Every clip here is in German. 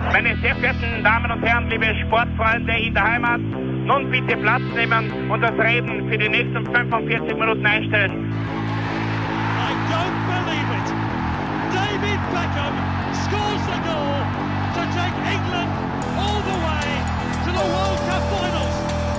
Meine sehr verehrten Damen und Herren, liebe Sportfreunde in der Heimat, nun bitte Platz nehmen und das Reden für die nächsten 45 Minuten einstellen. I don't believe it. David Beckham scores the goal to take England all the way to the World Cup finals.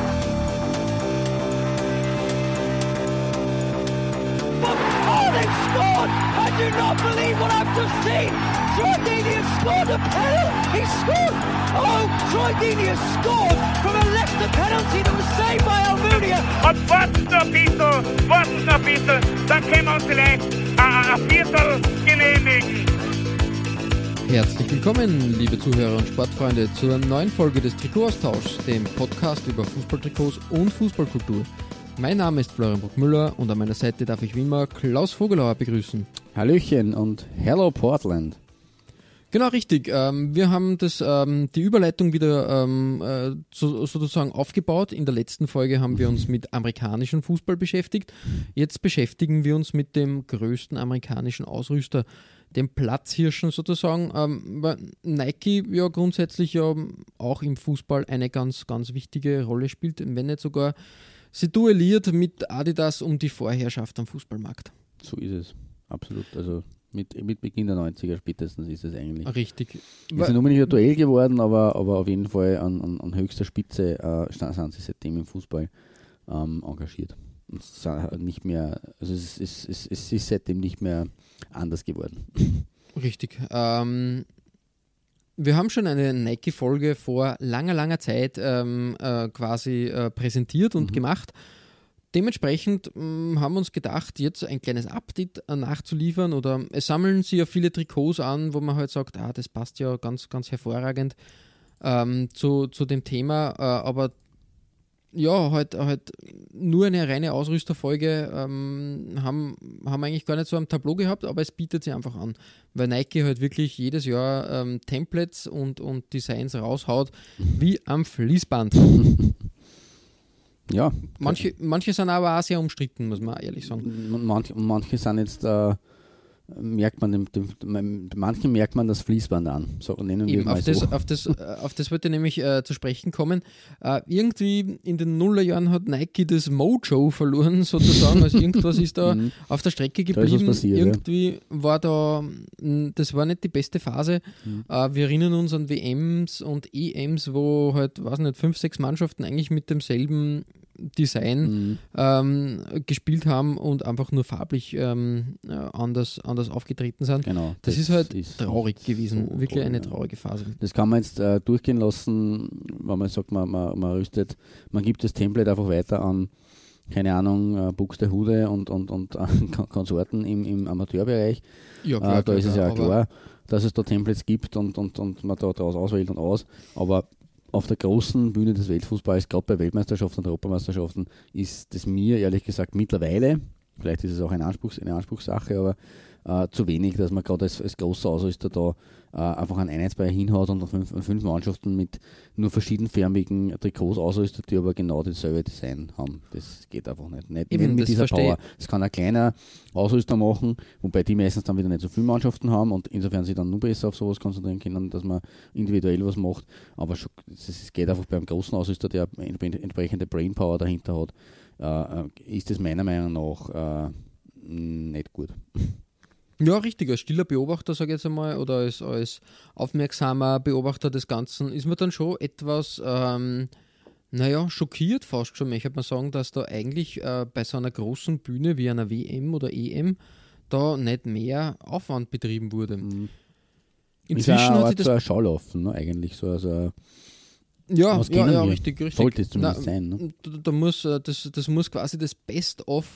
Oh, they've scored! I do not believe what I've just seen! Troy Deeney has scored a penalty! He scored! Oh, Troy Deeney has scored from a Leicester penalty that was saved by Almunia! Und warten noch ein bisschen, dann können wir uns vielleicht ein Viertel genehmigen. Herzlich willkommen, liebe Zuhörer und Sportfreunde, zur neuen Folge des Trikotaustauschs, dem Podcast über Fußballtrikots und Fußballkultur. Mein Name ist Florian Bruckmüller und an meiner Seite darf ich wie immer Klaus Vogelauer begrüßen. Hallöchen und Hello Portland. Genau, richtig. Wir haben die Überleitung wieder sozusagen aufgebaut. In der letzten Folge haben wir uns mit amerikanischem Fußball beschäftigt. Jetzt beschäftigen wir uns mit dem größten amerikanischen Ausrüster, dem Platzhirschen sozusagen, weil Nike ja grundsätzlich ja auch im Fußball eine ganz, ganz wichtige Rolle spielt, wenn nicht sogar sie duelliert mit Adidas um die Vorherrschaft am Fußballmarkt. So ist es, absolut. Also mit Beginn der 90er spätestens ist es eigentlich. Richtig. Wir sind unbedingt ein Duell geworden, aber auf jeden Fall an höchster Spitze sind sie seitdem im Fußball engagiert. Und es ist nicht mehr, also es ist seitdem nicht mehr anders geworden. Richtig. Wir haben schon eine Nike-Folge vor langer Zeit quasi präsentiert und gemacht. Dementsprechend haben wir uns gedacht, jetzt ein kleines Update nachzuliefern, oder es sammeln sich ja viele Trikots an, wo man halt sagt, das passt ja ganz, ganz hervorragend zu dem Thema, aber ja, halt nur eine reine Ausrüsterfolge haben eigentlich gar nicht so am Tableau gehabt, aber es bietet sich einfach an, weil Nike halt wirklich jedes Jahr Templates und Designs raushaut, wie am Fließband. Ja. Manche sind aber auch sehr umstritten, muss man ehrlich sagen. Manche sind jetzt, manchen merkt man das Fließband an. So nennen wir mal so. Auf das wollte ich nämlich zu sprechen kommen. Irgendwie in den Nullerjahren hat Nike das Mojo verloren, sozusagen. Also irgendwas ist da auf der Strecke geblieben. Da ist was passiert, irgendwie war das war nicht die beste Phase. Wir erinnern uns an WMs und EMs, wo halt, 5, 6 Mannschaften eigentlich mit demselben Design gespielt haben und einfach nur farblich anders aufgetreten sind. Genau, das ist halt traurig gewesen, so wirklich eine traurige Phase. Das kann man jetzt durchgehen lassen, wenn man sagt, man rüstet, man gibt das Template einfach weiter an, keine Ahnung, Buxtehude und Konsorten im Amateurbereich. Ja, klar, da ist es ja klar, dass es da Templates gibt und man da daraus auswählt und aus, aber auf der großen Bühne des Weltfußballs, gerade bei Weltmeisterschaften und Europameisterschaften, ist das mir ehrlich gesagt mittlerweile, vielleicht ist es auch eine Anspruchssache, aber zu wenig, dass man gerade als großer Ausrüster da einfach einen Einheitsbrei hinhaut und fünf Mannschaften mit nur verschiedenförmigen Trikots ausrüstet, die aber genau dasselbe Design haben. Das geht einfach nicht. Eben, mit dieser Power. Das kann ein kleiner Ausrüster machen, wobei die meistens dann wieder nicht so viele Mannschaften haben und insofern sich dann nur besser auf sowas konzentrieren können, dass man individuell was macht. Aber es geht einfach beim großen Ausrüster, der entsprechende Brainpower dahinter hat, ist es meiner Meinung nach nicht gut. Ja, richtig. Als stiller Beobachter, sage ich jetzt einmal, oder als aufmerksamer Beobachter des Ganzen, ist man dann schon etwas, schockiert fast schon, möchte man sagen, dass da eigentlich bei so einer großen Bühne wie einer WM oder EM da nicht mehr Aufwand betrieben wurde. Inzwischen hat sich das ein Schaulaufen, ne, eigentlich so. Also ja, richtig. Sollte es zumindest sein. Ne? Das muss quasi das Best-of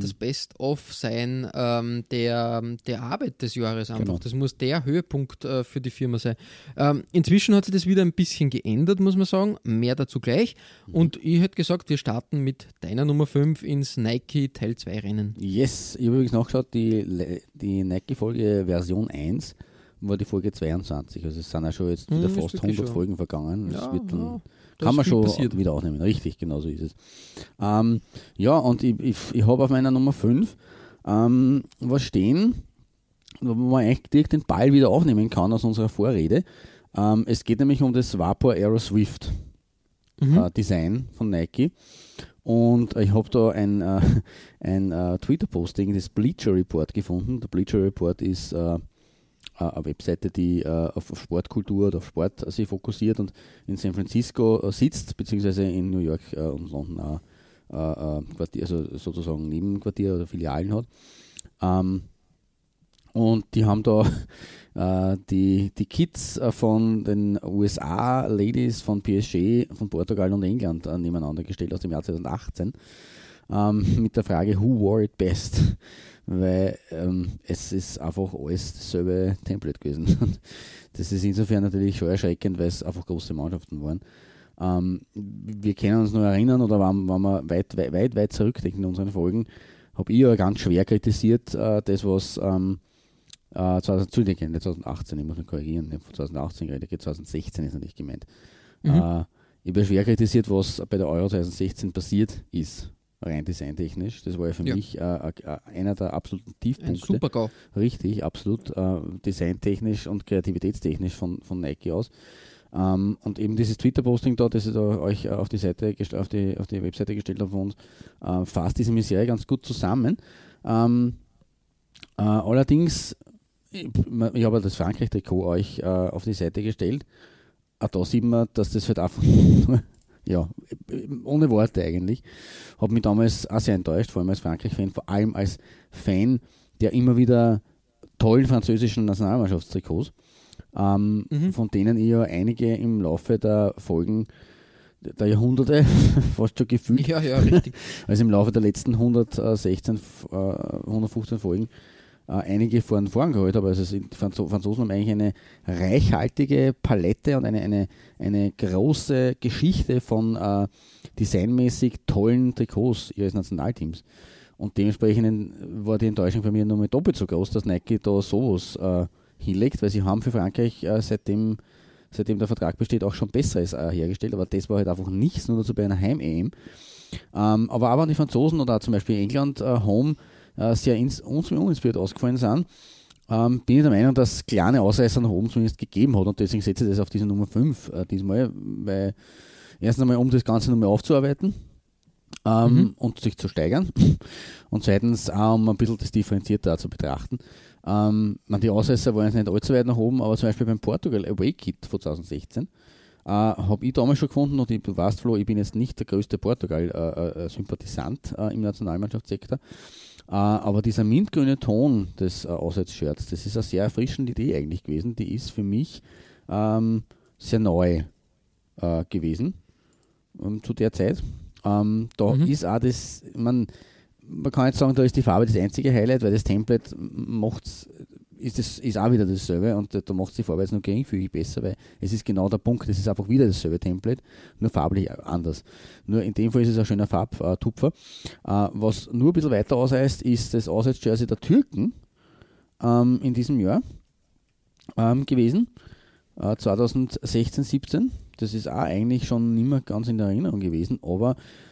sein der Arbeit des Jahres einfach. Genau. Das muss der Höhepunkt für die Firma sein. Inzwischen hat sich das wieder ein bisschen geändert, muss man sagen. Mehr dazu gleich. Und ich hätte gesagt, wir starten mit deiner Nummer 5 ins Nike Teil 2 Rennen. Yes, ich habe übrigens nachgeschaut, die Nike-Folge Version 1 war die Folge 22, also es sind ja schon jetzt wieder fast 100 Folgen vergangen. Das kann man schon wieder aufnehmen. Richtig, genau so ist es. Und ich habe auf meiner Nummer 5 was stehen, wo man eigentlich direkt den Ball wieder aufnehmen kann aus unserer Vorrede. Es geht nämlich um das Vapor Aero Swift Design von Nike. Und ich habe da ein Twitter-Posting des Bleacher Report gefunden. Der Bleacher Report ist eine Webseite, die auf Sportkultur oder auf Sport sich fokussiert und in San Francisco sitzt, beziehungsweise in New York und London auch Quartier, also sozusagen Nebenquartier oder Filialen hat. Und die haben da die Kids von den USA-Ladies von PSG, von Portugal und England nebeneinander gestellt aus dem Jahr 2018 mit der Frage, who wore it best? Weil es ist einfach alles dasselbe Template gewesen. Und das ist insofern natürlich schon erschreckend, weil es einfach große Mannschaften waren. Wir können uns noch erinnern, oder wenn wir weit zurückdenken in unseren Folgen, habe ich ja ganz schwer kritisiert, das was 2018, ich muss mich korrigieren, von 2018 rede ich, 2016 ist natürlich gemeint. Ich habe ja schwer kritisiert, was bei der Euro 2016 passiert ist, rein designtechnisch. Das war ja für mich einer der absoluten Tiefpunkte. Ein Super-GAU. Richtig, absolut. Designtechnisch und kreativitätstechnisch von Nike aus. Und eben dieses Twitter-Posting da, das ich da euch auf die Seite auf die Webseite gestellt habe von uns, fasst diese Misere ganz gut zusammen. Allerdings, ich habe das Frankreich-Trikot euch auf die Seite gestellt. Auch da sieht man, dass das halt einfach ja, ohne Worte eigentlich. Habe mich damals auch sehr enttäuscht, vor allem als Frankreich-Fan, vor allem als Fan der immer wieder tollen französischen Nationalmannschaftstrikots, von denen ich ja einige im Laufe der Folgen der Jahrhunderte fast schon gefühlt. Ja, richtig. Also im Laufe der letzten 115 Folgen einige vorn geholt habe. Also die Franzosen haben eigentlich eine reichhaltige Palette und eine große Geschichte von designmäßig tollen Trikots ihres Nationalteams. Und dementsprechend war die Enttäuschung für mich nur mal doppelt so groß, dass Nike da sowas hinlegt, weil sie haben für Frankreich seitdem der Vertrag besteht, auch schon Besseres hergestellt, aber das war halt einfach nichts, nur dazu bei einer Heim-EM. Aber auch wenn die Franzosen oder auch zum Beispiel England Home sehr uninspiriert ausgefallen sind, bin ich der Meinung, dass es kleine Ausreißer nach oben zumindest gegeben hat und deswegen setze ich das auf diese Nummer 5 diesmal, weil erstens einmal, um das Ganze nochmal aufzuarbeiten und sich zu steigern und zweitens auch, um ein bisschen das differenzierter zu betrachten. Die Ausreißer waren jetzt nicht allzu weit nach oben, aber zum Beispiel beim Portugal Away Kit von 2016 habe ich damals schon gefunden, und du weißt, Flo, ich bin jetzt nicht der größte Portugal-Sympathisant im Nationalmannschaftssektor, aber dieser mintgrüne Ton des Auswärtsshirts, das ist eine sehr erfrischende Idee eigentlich gewesen, die ist für mich sehr neu gewesen zu der Zeit. Ist auch das, man kann jetzt sagen, da ist die Farbe das einzige Highlight, weil das Template ist auch wieder dasselbe und da macht es die Farbe jetzt noch geringfügig besser, weil es ist genau der Punkt, es ist einfach wieder dasselbe Template, nur farblich anders. Nur in dem Fall ist es ein schöner Farbtupfer. Was nur ein bisschen weiter ausreißt, ist das Auswärtsjersey der Türken in diesem Jahr gewesen, 2016, 17. Das ist auch eigentlich schon nicht mehr ganz in der Erinnerung gewesen, aber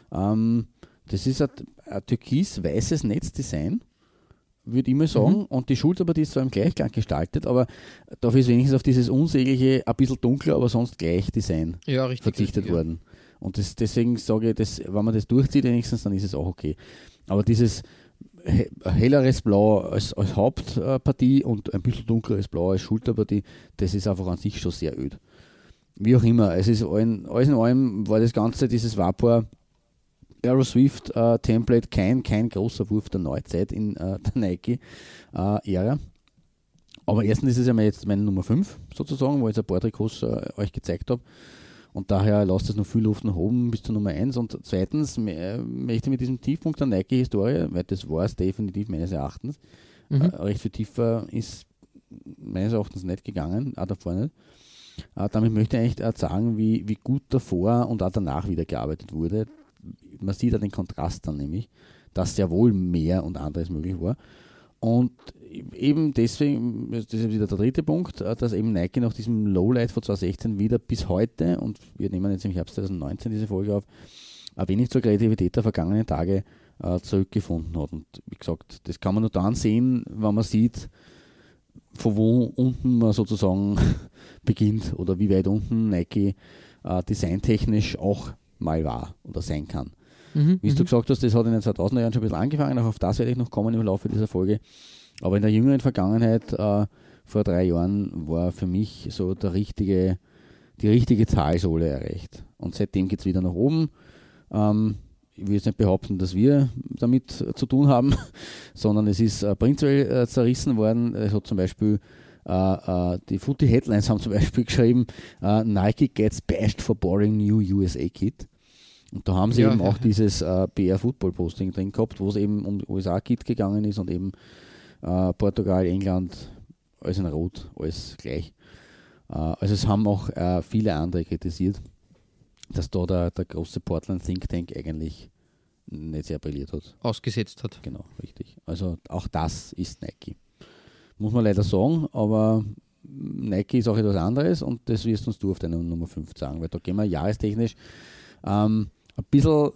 das ist ein türkis-weißes Netzdesign, würde ich mal sagen, und die Schulterpartie ist zwar im Gleichklang gestaltet, aber dafür ist wenigstens auf dieses unsägliche, ein bisschen dunkler, aber sonst gleich Design verzichtet worden. Und deswegen sage ich, wenn man das durchzieht wenigstens, dann ist es auch okay. Aber dieses helleres Blau als Hauptpartie und ein bisschen dunkleres Blau als Schulterpartie, das ist einfach an sich schon sehr öd. Wie auch immer, es ist alles in allem war das Ganze, dieses Vapor Aero Swift Template kein großer Wurf der Neuzeit in der Nike-Ära. Aber erstens ist es ja jetzt meine Nummer 5 sozusagen, wo ich jetzt ein paar Trikots euch gezeigt habe. Und daher lasst es noch viel Luft nach oben bis zur Nummer 1. Und zweitens möchte ich mit diesem Tiefpunkt der Nike-Historie, weil das war es definitiv meines Erachtens, recht viel tiefer ist meines Erachtens nicht gegangen, auch davor nicht. Damit möchte ich eigentlich sagen, wie gut davor und auch danach wieder gearbeitet wurde. Man sieht auch den Kontrast dann nämlich, dass sehr wohl mehr und anderes möglich war. Und eben deswegen, das ist wieder der dritte Punkt, dass eben Nike nach diesem Lowlight von 2016 wieder bis heute, und wir nehmen jetzt im Herbst 2019 diese Folge auf, ein wenig zur Kreativität der vergangenen Tage zurückgefunden hat. Und wie gesagt, das kann man nur dann sehen, wenn man sieht, von wo unten man sozusagen beginnt oder wie weit unten Nike designtechnisch auch mal war oder sein kann. Wie du gesagt hast, das hat in den 2000er Jahren schon ein bisschen angefangen, auch auf das werde ich noch kommen im Laufe dieser Folge. Aber in der jüngeren Vergangenheit, vor 3 Jahren, war für mich so die richtige Talsohle erreicht. Und seitdem geht es wieder nach oben. Ich will jetzt nicht behaupten, dass wir damit zu tun haben, sondern es ist prinzipiell zerrissen worden. Es hat zum Beispiel die Footy Headlines haben zum Beispiel geschrieben, Nike gets bashed for boring new USA Kit. Und da haben sie eben auch dieses BR-Football-Posting drin gehabt, wo es eben um USA-Kit gegangen ist und eben Portugal, England, alles in Rot, alles gleich. Also es haben auch viele andere kritisiert, dass da der große Portland Think Tank eigentlich nicht sehr brilliert hat. Ausgesetzt hat. Genau, richtig. Also auch das ist Nike. Muss man leider sagen, aber Nike ist auch etwas anderes und das wirst uns du auf deiner Nummer 5 sagen, weil da gehen wir jahrestechnisch ein bisschen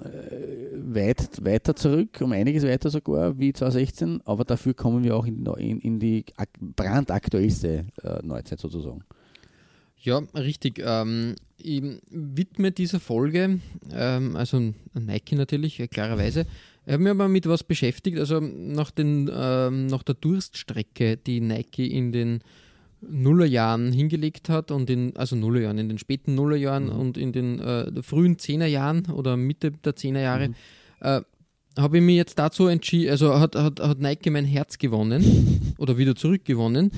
weiter zurück, um einiges weiter sogar wie 2016, aber dafür kommen wir auch in die brandaktuellste Neuzeit sozusagen. Ja, richtig. Ich widme dieser Folge, also Nike natürlich, klarerweise. Ich habe mich aber mit was beschäftigt, also nach der Durststrecke, die Nike in den Nullerjahren hingelegt hat und in den späten Nullerjahren und in den frühen 10er-Jahren oder Mitte der 10er-Jahre, habe ich mich jetzt dazu entschieden, also hat Nike mein Herz gewonnen oder wieder zurückgewonnen,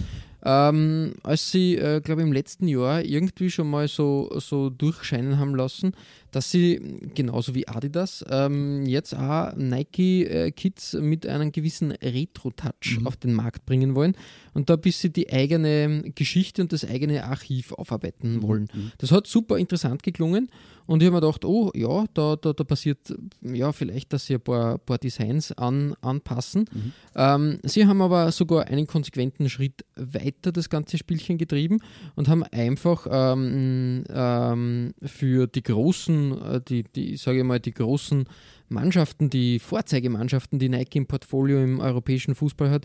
als sie, glaube ich, im letzten Jahr irgendwie schon mal so durchscheinen haben lassen, dass sie, genauso wie Adidas, jetzt auch Nike-Kits mit einem gewissen Retro-Touch auf den Markt bringen wollen und da ein bisschen die eigene Geschichte und das eigene Archiv aufarbeiten wollen. Das hat super interessant geklungen und ich habe mir gedacht, oh ja, da passiert ja vielleicht, dass sie ein paar Designs anpassen. Sie haben aber sogar einen konsequenten Schritt weiter das ganze Spielchen getrieben und haben einfach für die großen, die großen Mannschaften, die Vorzeigemannschaften, die Nike im Portfolio im europäischen Fußball hat,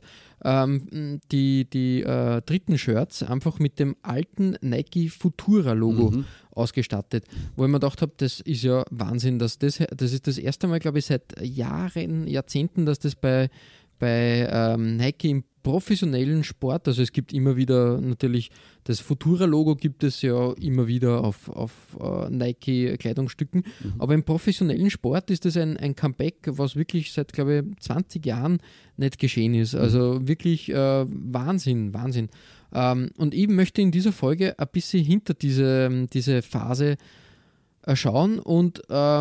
die dritten Shirts einfach mit dem alten Nike Futura-Logo ausgestattet, wo ich mir gedacht habe, das ist ja Wahnsinn, das ist das erste Mal, glaube ich, seit Jahrzehnten, dass das bei Nike im professionellen Sport, also es gibt immer wieder natürlich, das Futura-Logo gibt es ja immer wieder auf Nike-Kleidungsstücken, aber im professionellen Sport ist das ein Comeback, was wirklich seit, glaube ich, 20 Jahren nicht geschehen ist. Also wirklich Wahnsinn. Und ich möchte in dieser Folge ein bisschen hinter diese Phase schauen und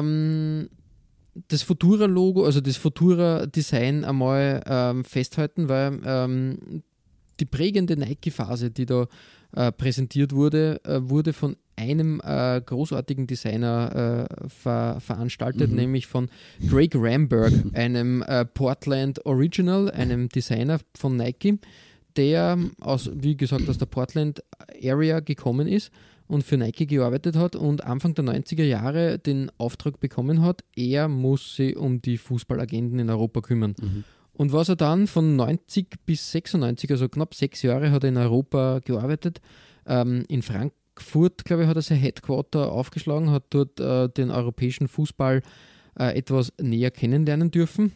das Futura-Logo, also das Futura-Design einmal festhalten, weil die prägende Nike-Phase, die da präsentiert wurde, wurde von einem großartigen Designer veranstaltet, nämlich von Drake Ramberg, einem Portland Original, einem Designer von Nike, der aus der Portland Area gekommen ist und für Nike gearbeitet hat und Anfang der 90er Jahre den Auftrag bekommen hat, er muss sich um die Fußballagenten in Europa kümmern. Und was er dann von 90 bis 96, also knapp 6 Jahre, hat er in Europa gearbeitet. In Frankfurt, glaube ich, hat er sein Headquarter aufgeschlagen, hat dort den europäischen Fußball etwas näher kennenlernen dürfen.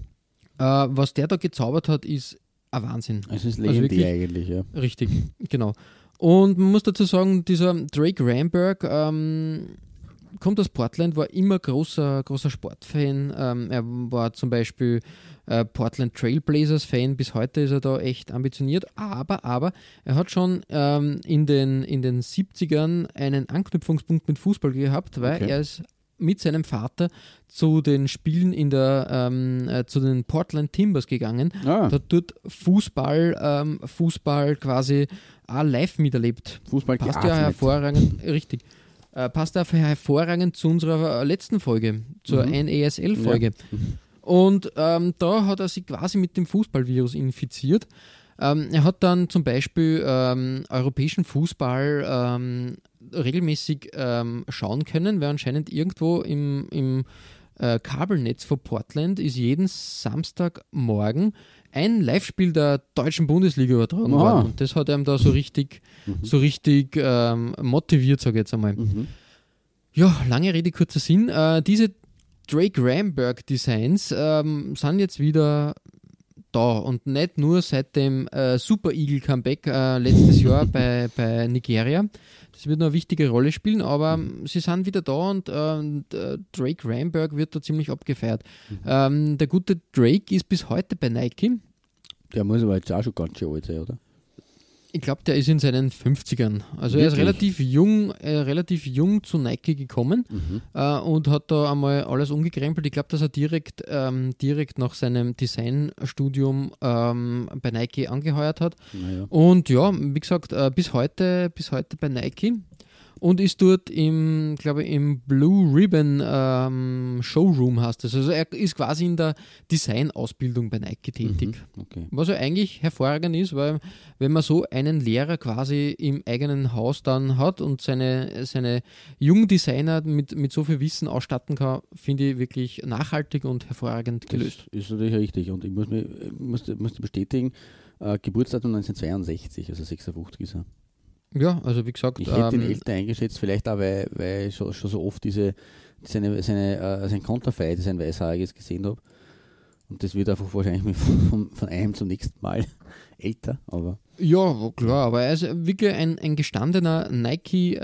Was der da gezaubert hat, ist ein Wahnsinn. Es ist legendär eigentlich, ja. Richtig, genau. Und man muss dazu sagen, dieser Drake Ramberg kommt aus Portland, war immer großer Sportfan. Er war zum Beispiel Portland Trailblazers-Fan, bis heute ist er da echt ambitioniert, aber er hat schon in den 70ern einen Anknüpfungspunkt mit Fußball gehabt, weil er ist mit seinem Vater zu den Spielen zu den Portland Timbers gegangen, hat dort Fußball quasi auch live miterlebt. Fußball passt ja hervorragend, richtig. Passt ja hervorragend zu unserer letzten Folge, zur NASL-Folge. Ja. Und da hat er sich quasi mit dem Fußballvirus infiziert. Er hat dann zum Beispiel europäischen Fußball regelmäßig schauen können, weil anscheinend irgendwo im Kabelnetz von Portland ist jeden Samstagmorgen ein Live-Spiel der deutschen Bundesliga übertragen worden. Und das hat einem da so richtig motiviert, sage ich jetzt einmal. Ja, lange Rede, kurzer Sinn. Diese Drake Ramberg Designs sind jetzt wieder da und nicht nur seit dem Super Eagle Comeback letztes Jahr bei Nigeria. Das wird noch eine wichtige Rolle spielen, aber sie sind wieder da und Drake Ramberg wird da ziemlich abgefeiert. Der gute Drake ist bis heute bei Nike. Der muss aber jetzt auch schon ganz schön alt sein, oder? Ich glaube, der ist in seinen 50ern. Also er ist relativ jung zu Nike gekommen und hat da einmal alles umgekrempelt. Ich glaube, dass er direkt nach seinem Designstudium bei Nike angeheuert hat. Naja. Und ja, wie gesagt, bis heute bei Nike. Und ist dort im Blue Ribbon Showroom heißt das. Also er ist quasi in der Design-Ausbildung bei Nike tätig. Okay. Was ja eigentlich hervorragend ist, weil wenn man so einen Lehrer quasi im eigenen Haus dann hat und seine jungen Designer mit so viel Wissen ausstatten kann, finde ich wirklich nachhaltig und hervorragend gelöst. Das ist natürlich richtig. Und ich musste bestätigen, Geburtsdatum 1962, also 56 ist er. Ja, also wie gesagt... Ich hätte ihn älter eingeschätzt, vielleicht auch, weil ich schon so oft sein Konterfei, sein Weißhaariges gesehen habe. Und das wird einfach wahrscheinlich von einem zum nächsten Mal älter. Aber ja, klar, aber er ist wirklich ein gestandener Nike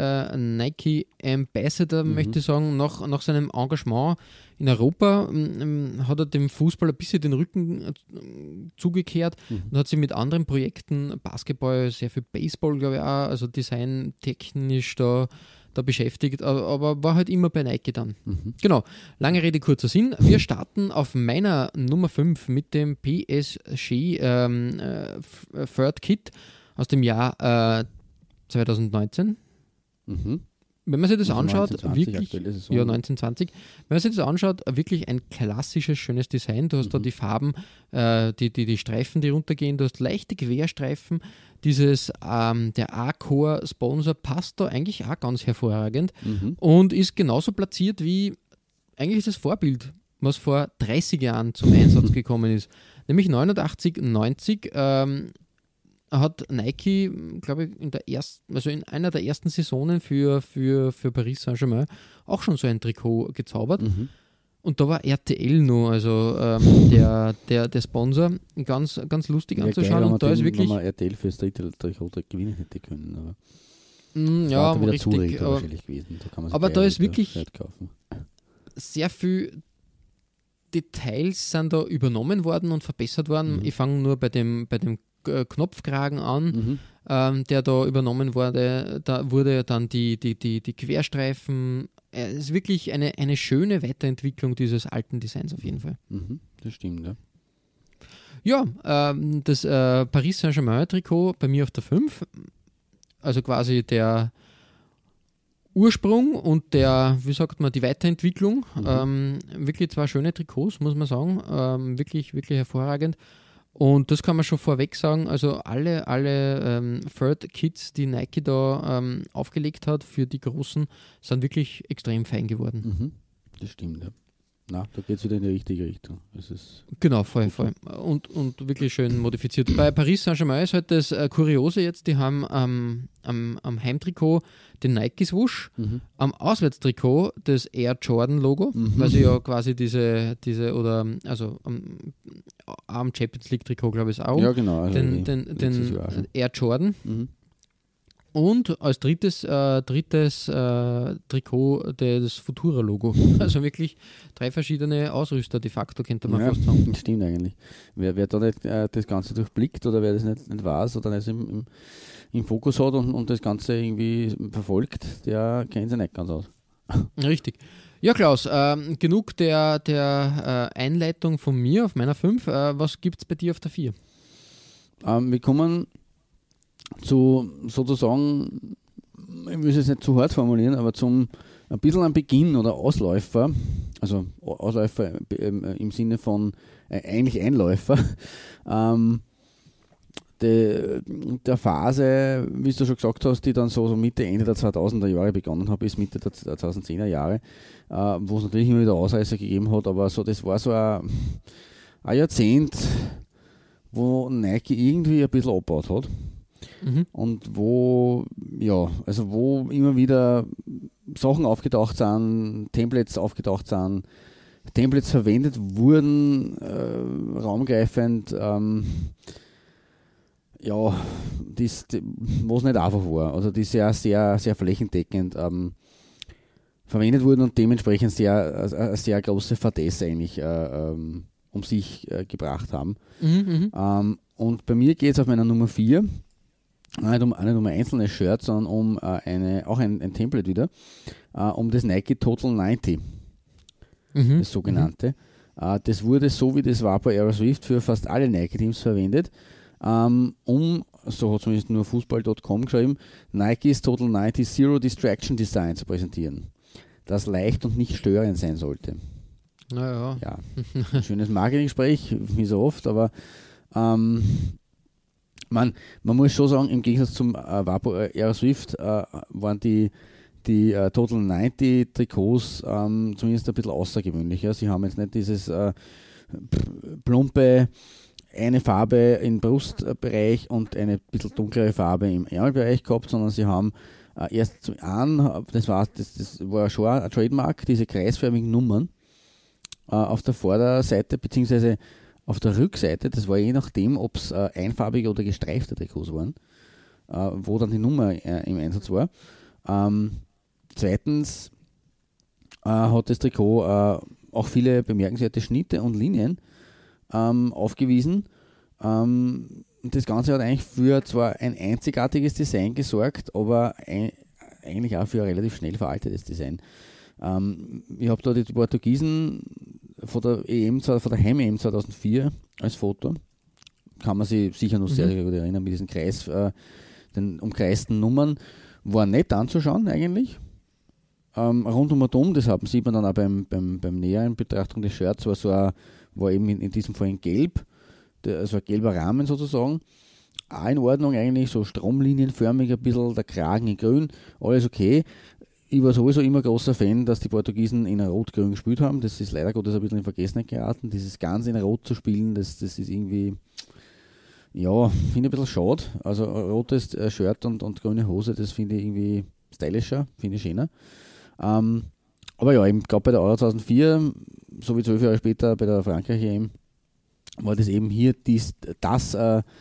Ambassador, möchte ich sagen, nach seinem Engagement in Europa hat er dem Fußball ein bisschen den Rücken zugekehrt und hat sich mit anderen Projekten, Basketball, sehr viel Baseball, glaube ich auch, also designtechnisch da beschäftigt, aber war halt immer bei Nike dann. Genau, lange Rede, kurzer Sinn. Wir starten auf meiner Nummer 5 mit dem PSG Third Kit aus dem Jahr 2019. Wenn man sich das anschaut, 1920, wirklich, 1920, wenn man sich das anschaut, wirklich ein klassisches, schönes Design. Du hast da die Farben, die Streifen, die runtergehen, du hast leichte Querstreifen. Der A-Core-Sponsor passt da eigentlich auch ganz hervorragend und ist genauso platziert wie eigentlich das Vorbild, was vor 30 Jahren zum Einsatz gekommen ist. Nämlich 89, 90 hat Nike, glaube ich, in einer der ersten Saisonen für Paris Saint-Germain auch schon so ein Trikot gezaubert. Und da war RTL noch, also der Sponsor, ganz, ganz lustig anzuschauen. Und da ist wirklich. Wenn man RTL fürs dritte Trikot gewinnen hätte können. Aber ja, war wieder richtig. wahrscheinlich gewesen. Aber da ist wirklich sehr viel Details sind da übernommen worden und verbessert worden. Ich fange nur bei dem Knopfkragen an, der da übernommen wurde. Da wurde dann die Querstreifen. Es ist wirklich eine schöne Weiterentwicklung dieses alten Designs auf jeden Fall. Das stimmt, ja. Ja, das Paris Saint-Germain-Trikot bei mir auf der 5. Also quasi der Ursprung und die Weiterentwicklung. Wirklich zwei schöne Trikots, muss man sagen. Wirklich, wirklich hervorragend. Und das kann man schon vorweg sagen, also alle Third Kits, die Nike da aufgelegt hat für die Großen, sind wirklich extrem fein geworden. Das stimmt, ja. Na, da geht es wieder in die richtige Richtung. Genau, voll. Und wirklich schön modifiziert. Bei Paris Saint-Germain ist halt das Kuriose jetzt, die haben am Heimtrikot den Nike-Swoosh, am Auswärtstrikot das Air Jordan-Logo, weil sie ja quasi diese oder also am Champions League-Trikot, glaube ich, auch. Ja, genau. Also den Air Jordan. Und als drittes Trikot das Futura-Logo. Also wirklich 3 verschiedene Ausrüster de facto, könnte man fast sagen. Das stimmt eigentlich. Wer da nicht das Ganze durchblickt oder wer das nicht weiß oder nicht im Fokus hat und das Ganze irgendwie verfolgt, der kennt sich nicht ganz aus. Richtig. Ja, Klaus, genug der Einleitung von mir auf meiner 5. Was gibt es bei dir auf der 4? Wir kommen zu sozusagen, ich will es jetzt nicht zu hart formulieren, aber ein bisschen am Beginn oder Ausläufer, also Ausläufer im Sinne von eigentlich Einläufer, der Phase, wie du schon gesagt hast, die dann so Mitte, Ende der 2000er Jahre begonnen hat, bis Mitte der 2010er Jahre, wo es natürlich immer wieder Ausreißer gegeben hat, aber so das war so ein Jahrzehnt, wo Nike irgendwie ein bisschen abgebaut hat. Und wo immer wieder Sachen aufgetaucht sind, Templates aufgetaucht sind, Templates verwendet wurden, raumgreifend, was nicht einfach war, also die sehr, sehr, sehr flächendeckend verwendet wurden und dementsprechend eine sehr große Fadesse eigentlich um sich gebracht haben. Und bei mir geht es auf meiner Nummer 4 nicht um einzelne Shirts, sondern um ein Template wieder, um das Nike Total 90, das sogenannte. Das wurde, so wie das war bei Aeroswift, für fast alle Nike-Teams verwendet, so hat zumindest nur Fußball.com geschrieben, Nike's Total 90 Zero Distraction Design zu präsentieren, das leicht und nicht störend sein sollte. Naja. Ja, ein schönes Marketing-Gespräch, wie so oft, aber man muss schon sagen, im Gegensatz zum Vapor Aeroswift waren die Total 90 Trikots zumindest ein bisschen außergewöhnlicher. Sie haben jetzt nicht dieses plumpe, eine Farbe im Brustbereich und eine bisschen dunklere Farbe im Ärmelbereich gehabt, sondern sie haben erst das war schon ein Trademark, diese kreisförmigen Nummern auf der Vorderseite bzw. auf der Rückseite, das war je nachdem, ob es einfarbige oder gestreifte Trikots waren, wo dann die Nummer im Einsatz war. Zweitens hat das Trikot auch viele bemerkenswerte Schnitte und Linien aufgewiesen. Das Ganze hat eigentlich für zwar ein einzigartiges Design gesorgt, aber eigentlich auch für ein relativ schnell veraltetes Design. Ich habe da die Portugiesen von der Heim-EM 2004 als Foto. Kann man sich sicher noch sehr, sehr gut erinnern, mit diesen den umkreisten Nummern. War nett anzuschauen eigentlich. Rundum, das sieht man dann auch beim näheren Betrachtung des Shirts, war eben in diesem Fall in Gelb, also ein gelber Rahmen sozusagen. Auch in Ordnung eigentlich, so stromlinienförmig ein bisschen, der Kragen in Grün, alles okay. Ich war sowieso immer großer Fan, dass die Portugiesen in Rot-Grün gespielt haben. Das ist leider Gottes ein bisschen in Vergessenheit geraten. Dieses Ganze in Rot zu spielen, das ist irgendwie, ja, finde ich ein bisschen schade. Also rotes Shirt und grüne Hose, das finde ich irgendwie stylischer, finde ich schöner. Aber ja, ich glaube bei der Euro 2004, so wie 12 Jahre später bei der Frankreich-EM, war das eben hier das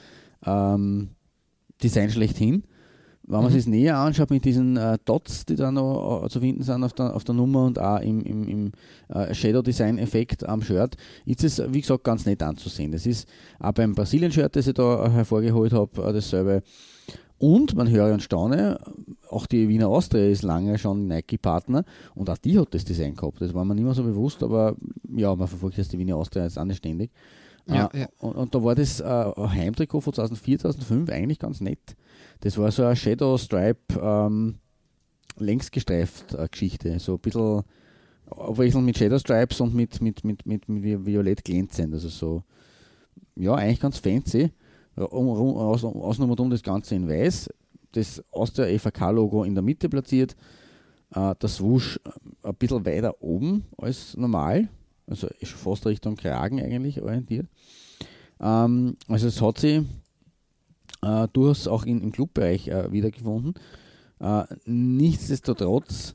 Design schlechthin. Wenn man sich es näher anschaut mit diesen Dots, die da noch zu finden sind auf der Nummer und auch im Shadow-Design-Effekt am Shirt, ist es, wie gesagt, ganz nett anzusehen. Das ist auch beim Brasilien-Shirt, das ich da hervorgeholt habe, dasselbe. Und man höre und staune, auch die Wiener Austria ist lange schon Nike-Partner und auch die hat das Design gehabt. Das war mir nicht mehr so bewusst, aber ja, man verfolgt jetzt die Wiener Austria jetzt auch nicht ständig. Ja. Und da war das Heimtrikot von 2004, 2005 eigentlich ganz nett. Das war so eine Shadow-Stripe längsgestreift Geschichte, so ein bisschen abwechselnd mit Shadow-Stripes und mit violett glänzend, also so, ja, eigentlich ganz fancy. Außen und das Ganze in weiß, das aus der FAK-Logo in der Mitte platziert, das Swoosh ein bisschen weiter oben als normal, also fast Richtung Kragen eigentlich orientiert. Also es hat sich durchaus auch im Clubbereich wiedergefunden. Nichtsdestotrotz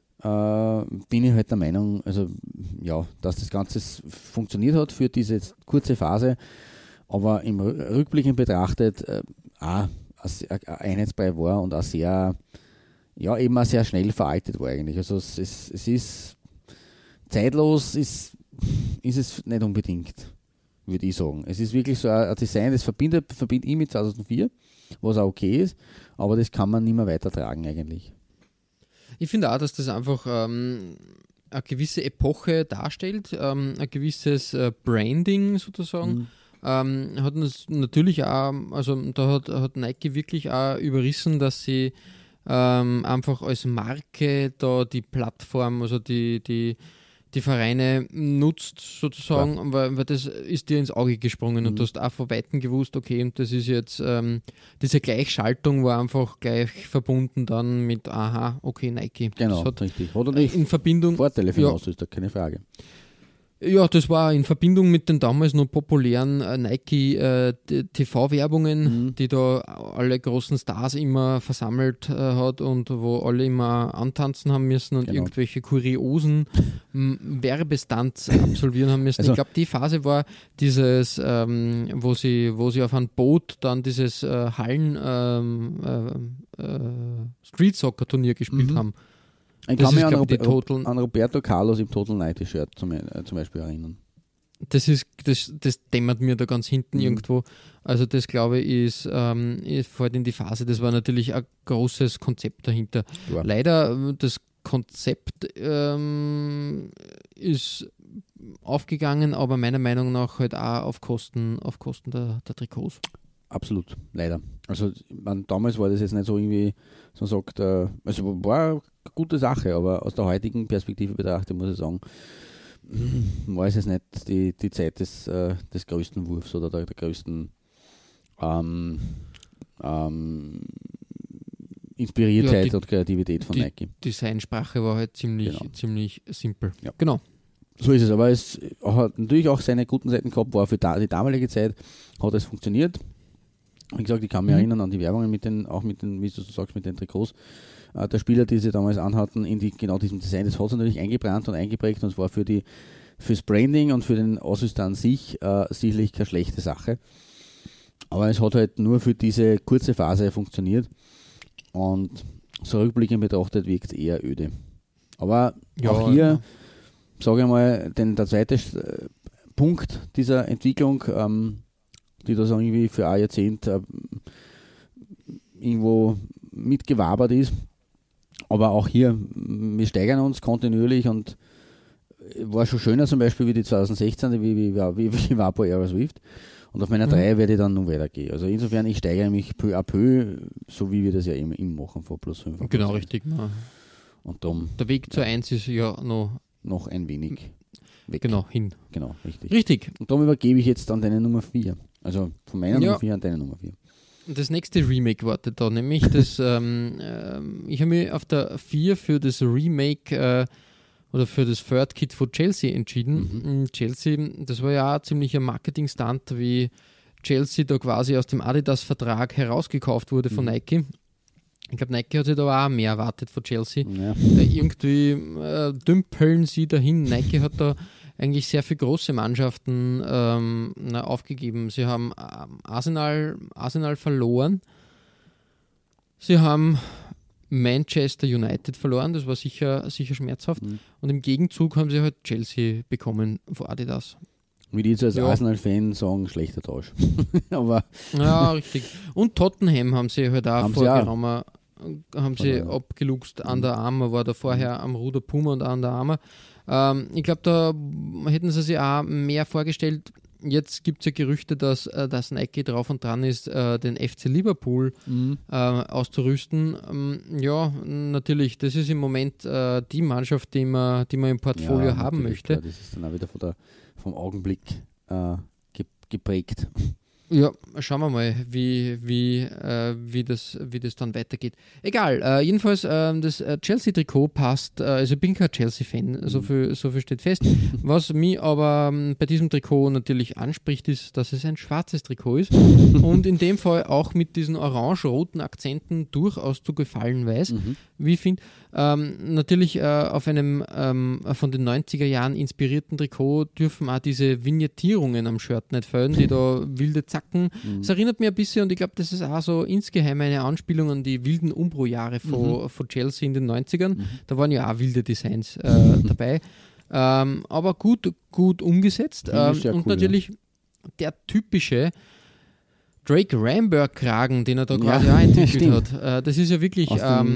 bin ich halt der Meinung, also ja, dass das Ganze funktioniert hat für diese kurze Phase, aber im Rückblick betrachtet auch ein Einheitsbrei war und auch sehr, ja, eben auch sehr schnell veraltet war eigentlich. Also es ist zeitlos, ist es nicht unbedingt, würde ich sagen. Es ist wirklich so ein Design, das verbinde ich mit 2004, was auch okay ist, aber das kann man nicht mehr weitertragen eigentlich. Ich finde auch, dass das einfach eine gewisse Epoche darstellt, ein gewisses Branding sozusagen. Hat natürlich auch, also da hat Nike wirklich auch überrissen, dass sie einfach als Marke da die Plattform, also die Vereine nutzt sozusagen, weil das ist dir ins Auge gesprungen und du hast auch von Weitem gewusst, okay, und das ist jetzt, diese Gleichschaltung war einfach gleich verbunden dann mit, aha, okay, Nike. Genau, das hat richtig. Oder nicht? In Verbindung, Vorteile für ja, uns ist da keine Frage. Ja, das war in Verbindung mit den damals noch populären Nike TV-Werbungen, die da alle großen Stars immer versammelt hat und wo alle immer antanzen haben müssen und irgendwelche kuriosen Werbestunts absolvieren haben müssen. Also, ich glaube, die Phase war dieses, wo sie auf einem Boot dann dieses Street-Soccer-Turnier gespielt haben. Ich kann mich an Roberto Carlos im Total 90-Shirt zum Beispiel erinnern. Das dämmert mir da ganz hinten irgendwo. Also das, glaube ich, fällt in die Phase. Das war natürlich ein großes Konzept dahinter. Ja. Leider, das Konzept ist aufgegangen, aber meiner Meinung nach halt auch auf Kosten der Trikots. Absolut, leider. Also damals war das jetzt nicht so irgendwie, so man sagt, also war eine gute Sache, aber aus der heutigen Perspektive betrachtet muss ich sagen, war es jetzt nicht die Zeit des größten Wurfs oder der größten Inspiriertheit und Kreativität von Nike. Die Designsprache war halt ziemlich simpel. Ja. Genau. So ist es, aber es hat natürlich auch seine guten Seiten gehabt, war für die damalige Zeit, hat es funktioniert. Wie gesagt, ich kann mich erinnern an die Werbungen mit den, wie du sagst, mit den Trikots der Spieler, die sie damals anhatten, in genau diesem Design. Das hat es natürlich eingebrannt und eingeprägt und es war fürs Branding und für den Ausrüster an sich sicherlich keine schlechte Sache. Aber es hat halt nur für diese kurze Phase funktioniert und so rückblickend betrachtet wirkt es eher öde. Aber auch hier, sage ich mal, der zweite Punkt dieser Entwicklung, die da so irgendwie für ein Jahrzehnt irgendwo mitgewabert ist. Aber auch hier, wir steigern uns kontinuierlich und war schon schöner zum Beispiel wie die 2016, wie Vapo Aero Swift. Und auf meiner 3 werde ich dann nun weitergehen. Also insofern, ich steigere mich peu à peu, so wie wir das ja immer machen, von plus 5. Genau, richtig. Ja. Und darum, der Weg zur 1 ist ja noch ein wenig weg. Genau, hin. Genau, richtig. Richtig. Und darum übergebe ich jetzt an deine Nummer 4. Also von meiner Nummer 4 an deine Nummer 4. Das nächste Remake wartet da, nämlich das, ich habe mich auf der 4 für das Remake oder für das Third Kit von Chelsea entschieden. Chelsea, das war ja auch ziemlich ein Marketing-Stunt, wie Chelsea da quasi aus dem Adidas-Vertrag herausgekauft wurde von Nike. Ich glaube, Nike hat sich da auch mehr erwartet von Chelsea. Ja. Irgendwie dümpeln sie dahin. Nike hat da eigentlich sehr viele große Mannschaften aufgegeben. Sie haben Arsenal verloren. Sie haben Manchester United verloren. Das war sicher schmerzhaft. Und im Gegenzug haben sie halt Chelsea bekommen von Adidas. Wie die jetzt als Arsenal-Fan sagen, schlechter Tausch. Aber ja, richtig. Und Tottenham haben sie halt auch vorgenommen. Haben sie abgeluchst. Under Armour war da vorher am Ruder Puma und Under Armour. Ich glaube, da hätten sie sich auch mehr vorgestellt. Jetzt gibt es ja Gerüchte, dass Nike drauf und dran ist, den FC Liverpool auszurüsten. Ja, natürlich, das ist im Moment die Mannschaft, die man im Portfolio haben möchte. Klar, das ist dann auch wieder vom Augenblick geprägt. Ja, schauen wir mal, wie das dann weitergeht. Egal, jedenfalls das Chelsea-Trikot passt, also ich bin kein Chelsea-Fan, so viel steht fest. Was mich aber bei diesem Trikot natürlich anspricht, ist, dass es ein schwarzes Trikot ist und in dem Fall auch mit diesen orange-roten Akzenten durchaus zu gefallen weiß. Wie ich finde, natürlich auf einem von den 90er Jahren inspirierten Trikot dürfen auch diese Vignettierungen am Shirt nicht fehlen, die da wilde Zacken. Es erinnert mich ein bisschen, und ich glaube, das ist auch so insgeheim eine Anspielung an die wilden Umbro-Jahre von Chelsea in den 90ern. Da waren ja auch wilde Designs dabei. Aber gut umgesetzt. Und cool, natürlich der typische Drake Ramberg-Kragen, den er da quasi auch entwickelt hat. Das ist ja wirklich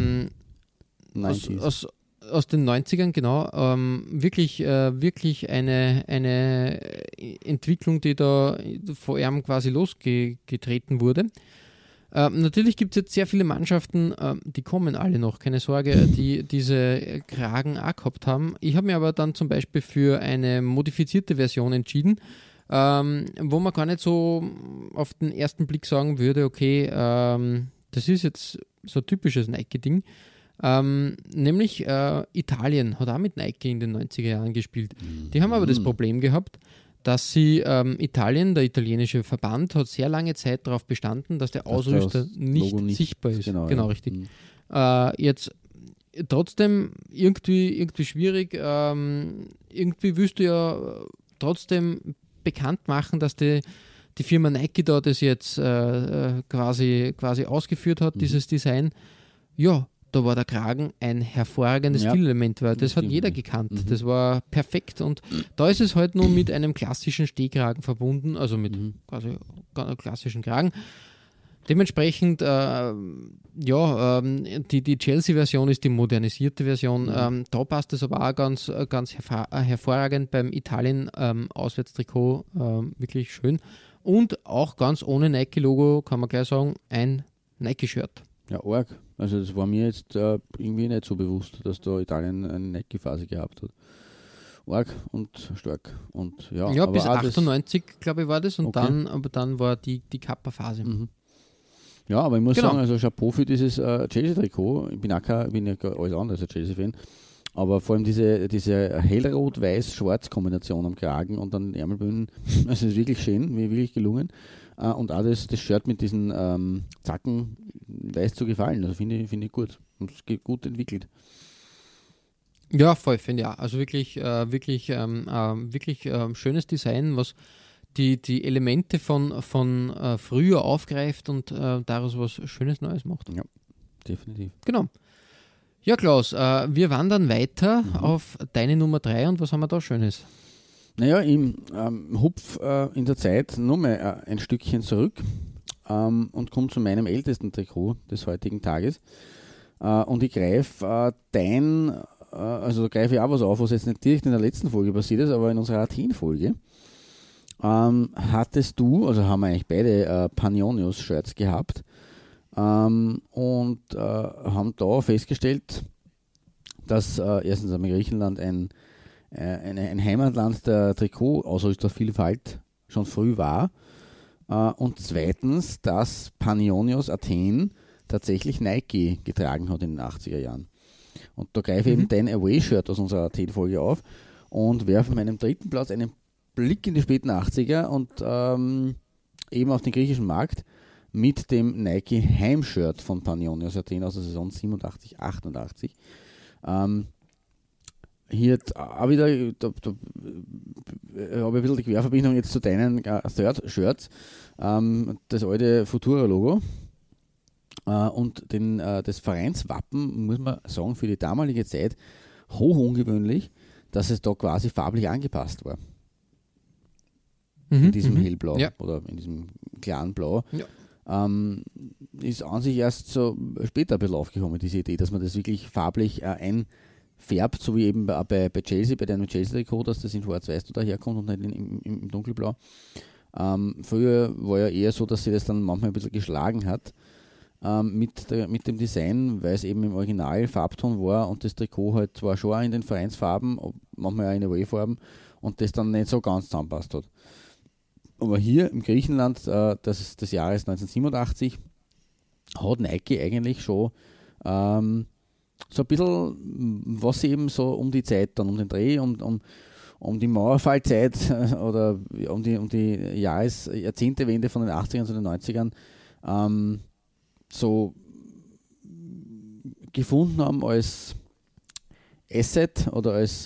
aus den 90ern, genau, wirklich eine Entwicklung, die da vor ihm quasi losgetreten wurde. Natürlich gibt es jetzt sehr viele Mannschaften, die kommen alle noch, keine Sorge, die diese Kragen auch gehabt haben. Ich habe mir aber dann zum Beispiel für eine modifizierte Version entschieden, wo man gar nicht so auf den ersten Blick sagen würde, okay, das ist jetzt so ein typisches Nike-Ding. Nämlich Italien hat auch mit Nike in den 90er Jahren gespielt. Die haben aber das Problem gehabt, dass sie Italien, der italienische Verband, hat sehr lange Zeit darauf bestanden, dass der Ausrüster nicht sichtbar ist. Genau, richtig. Jetzt trotzdem irgendwie schwierig. Irgendwie willst du ja trotzdem bekannt machen, dass die Firma Nike da das jetzt quasi ausgeführt hat, dieses Design. Ja, da war der Kragen ein hervorragendes Stilelement, weil das hat jeder gekannt. Das war perfekt und da ist es halt nur mit einem klassischen Stehkragen verbunden, also mit quasi klassischen Kragen. Dementsprechend, die Chelsea-Version ist die modernisierte Version. Da passt es aber auch ganz hervorragend beim Italien-Auswärtstrikot, wirklich schön. Und auch ganz ohne Nike-Logo, kann man gleich sagen, ein Nike-Shirt. Ja, arg. Also das war mir jetzt irgendwie nicht so bewusst, dass da Italien eine Nike-Phase gehabt hat. Arg und stark. Und, ja, bis 98, glaube ich, war das. Und dann war die Kappa-Phase. Ja, aber ich muss sagen, also Chapeau für dieses Chelsea-Trikot. Ich bin ja alles andere als ein Chelsea-Fan. Aber vor allem diese hellrot-weiß-schwarz-Kombination am Kragen und an den Ärmelbünden, das ist wirklich schön, wirklich gelungen. Und auch das Shirt mit diesen Zacken weiß zu gefallen. Also finde ich gut. Und es geht gut entwickelt. Ja, voll, finde ich auch. Also wirklich schönes Design, was die Elemente von früher aufgreift und daraus was Schönes Neues macht. Ja, definitiv. Genau. Ja, Klaus, wir wandern weiter auf deine Nummer 3 und was haben wir da Schönes? Naja, ich hupf in der Zeit nur mal ein Stückchen zurück und komme zu meinem ältesten Trikot des heutigen Tages. Und ich greife also greife ich auch was auf, was jetzt nicht direkt in der letzten Folge passiert ist, aber in unserer Athen-Folge. Hattest du, also haben wir eigentlich beide Panionios-Shirts gehabt und haben da festgestellt, dass erstens einmal Griechenland ein Heimatland der Trikot-Ausrüstervielfalt schon früh war und zweitens, dass Panionios Athen tatsächlich Nike getragen hat in den 80er Jahren. Und da greife ich eben dein Away-Shirt aus unserer Athen-Folge auf und werfe auf meinem dritten Platz einen Blick in die späten 80er und eben auf den griechischen Markt mit dem Nike Heimshirt von Panionios Athen aus der Saison 87, 88. Hier auch wieder, da habe ich ein bisschen die Querverbindung jetzt zu deinen Third-Shirts, das alte Futura-Logo und das Vereinswappen, muss man sagen, für die damalige Zeit hoch ungewöhnlich, dass es da quasi farblich angepasst war. In diesem hellblau oder in diesem klaren Blau. Ja. Ist an sich erst so später ein bisschen aufgekommen, diese Idee, dass man das wirklich farblich einfärbt, so wie eben bei Chelsea, bei deinem Chelsea-Trikot, dass das in Schwarz-Weiß daherkommt und nicht im Dunkelblau. Früher war ja eher so, dass sie das dann manchmal ein bisschen geschlagen hat mit dem Design, weil es eben im Original Farbton war und das Trikot halt zwar schon auch in den Vereinsfarben, manchmal auch in Away-Farben und das dann nicht so ganz zusammenpasst hat. Aber hier im Griechenland des Jahres 1987 hat Nike eigentlich schon so ein bisschen, was sie eben so um die Zeit dann, um den Dreh, um die Mauerfallzeit oder um die Jahrzehntewende von den 80ern zu den 90ern so gefunden haben als Asset oder als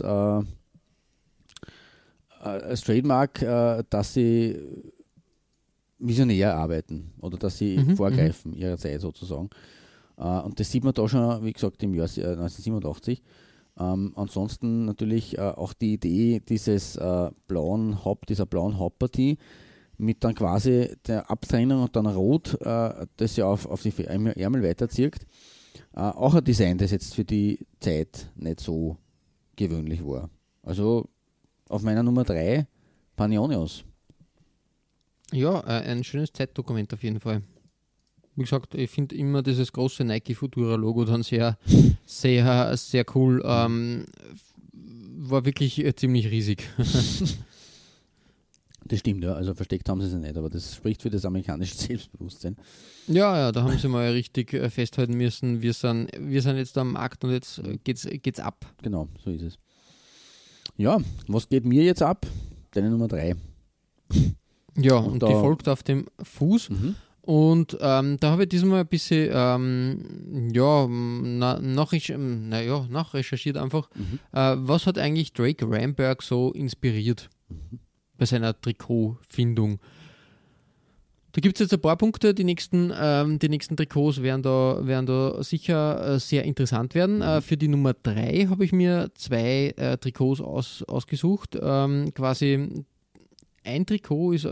Trademark, dass sie visionär arbeiten oder dass sie vorgreifen ihrer Zeit sozusagen. Und das sieht man da schon, wie gesagt, im Jahr 1987. Ansonsten natürlich auch die Idee dieser blauen Hauptpartie mit dann quasi der Abtrennung und dann Rot, das ja auf die Ärmel weiterzieht. Auch ein Design, das jetzt für die Zeit nicht so gewöhnlich war. Also auf meiner Nummer 3 Panionios. Ja, ein schönes Zeitdokument auf jeden Fall. Wie gesagt, ich finde immer dieses große Nike Futura Logo dann sehr, sehr, sehr cool. War wirklich ziemlich riesig. Das stimmt, ja. Also versteckt haben sie es nicht, aber das spricht für das amerikanische Selbstbewusstsein. Ja, da haben sie mal richtig festhalten müssen, wir sind jetzt am Markt und jetzt geht's ab. Genau, so ist es. Ja, was geht mir jetzt ab? Deine Nummer 3. Ja, und die folgt auf dem Fuß. Und da habe ich diesmal ein bisschen nachrecherchiert einfach, was hat eigentlich Drake Ramberg so inspiriert bei seiner Trikotfindung. Da gibt es jetzt ein paar Punkte, die nächsten Trikots werden da sicher sehr interessant werden. Für die Nummer 3 habe ich mir 2 Trikots ausgesucht. Quasi ein Trikot ist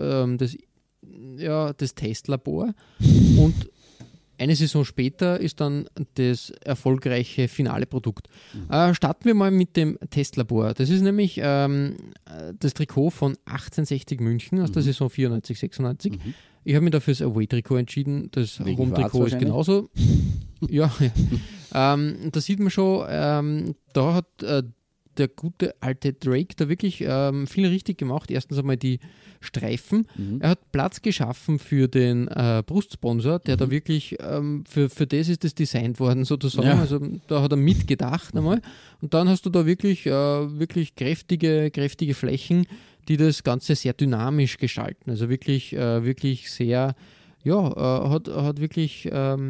das Testlabor und eine Saison später ist dann das erfolgreiche finale Produkt. Starten wir mal mit dem Testlabor. Das ist nämlich das Trikot von 1860 München aus der Saison 94/96. Ich habe mich dafür das Away-Trikot entschieden. Das Home-Trikot ist genauso. Ja. Da sieht man schon, da hat der gute alte Drake da wirklich viel richtig gemacht. Erstens einmal die Streifen. Er hat Platz geschaffen für den Brustsponsor, der da wirklich, für das ist das designt worden sozusagen. Ja. Also da hat er mitgedacht einmal. Und dann hast du da wirklich kräftige Flächen, die das Ganze sehr dynamisch gestalten. Also wirklich sehr, hat wirklich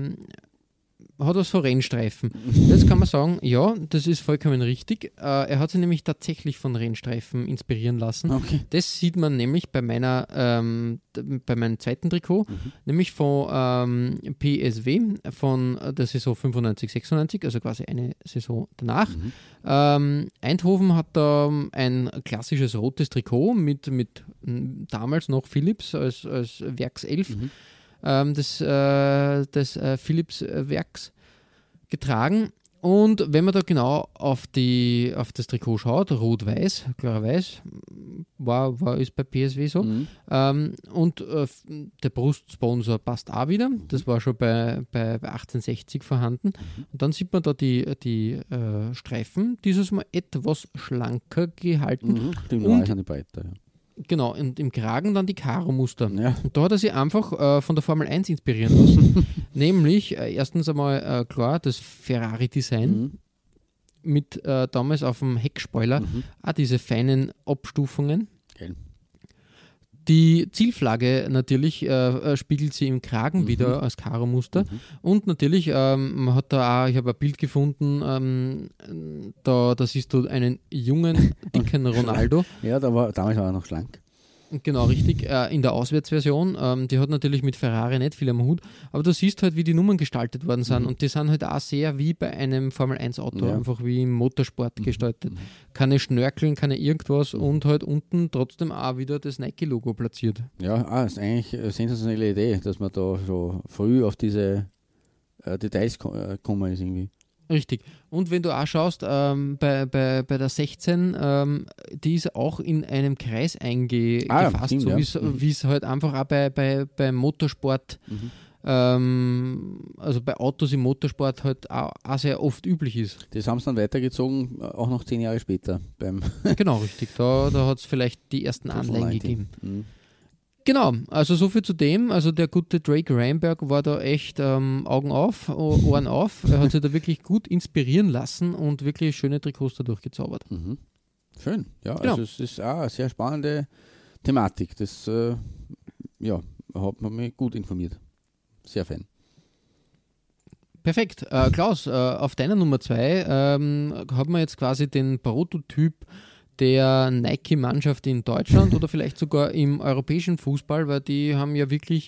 hat was von Rennstreifen. Jetzt kann man sagen, ja, das ist vollkommen richtig. Er hat sich nämlich tatsächlich von Rennstreifen inspirieren lassen. Okay. Das sieht man nämlich bei meinem zweiten Trikot, nämlich von PSW, von der Saison 95/96, also quasi eine Saison danach. Eindhoven hat da ein klassisches rotes Trikot mit damals noch Philips als Werkself. Des Philips Werks getragen. Und wenn man da genau auf das Trikot schaut, rot-weiß, klar-weiß, ist bei PSW so. Und der Brustsponsor passt auch wieder. Das war schon bei 1860 vorhanden. Und dann sieht man da die Streifen, dieses Mal etwas schlanker gehalten. Stimmt, und an die Breite, ja. Genau, und im Kragen dann die Karo-Muster. Ja. Und da hat er sich einfach von der Formel 1 inspirieren lassen. Nämlich erstens einmal klar das Ferrari-Design mit damals auf dem Heckspoiler auch diese feinen Abstufungen. Geil. Die Zielflagge natürlich spiegelt sie im Kragen wieder als Karo-Muster. Und natürlich, man hat da auch, ich habe ein Bild gefunden, da siehst du einen jungen, dicken Ronaldo. Ja, damals war er noch schlank. Genau, richtig. In der Auswärtsversion, die hat natürlich mit Ferrari nicht viel am Hut, aber du siehst halt, wie die Nummern gestaltet worden sind und die sind halt auch sehr wie bei einem Formel-1-Auto, einfach wie im Motorsport gestaltet. Keine Schnörkeln, keine irgendwas und halt unten trotzdem auch wieder das Nike-Logo platziert. Ja, ist eigentlich eine sensationelle Idee, dass man da so früh auf diese Details kommen ist irgendwie. Richtig. Und wenn du auch schaust, bei der 16, die ist auch in einem Kreis eingefasst, stimmt, so wie es halt einfach auch bei Motorsport, also bei Autos im Motorsport halt auch sehr oft üblich ist. Das haben sie dann weitergezogen, auch noch 10 Jahre später. Genau, richtig. Da hat es vielleicht die ersten Anleihen gegeben. Genau, also so viel zu dem. Also der gute Drake Ramberg war da echt Augen auf, Ohren auf. Er hat sich da wirklich gut inspirieren lassen und wirklich schöne Trikots dadurch gezaubert. Schön, ja, genau. Also es ist auch eine sehr spannende Thematik. Das hat man mich gut informiert. Sehr fein. Perfekt. Klaus, auf deiner Nummer 2 hat man jetzt quasi den Prototyp der Nike-Mannschaft in Deutschland oder vielleicht sogar im europäischen Fußball, weil die haben ja wirklich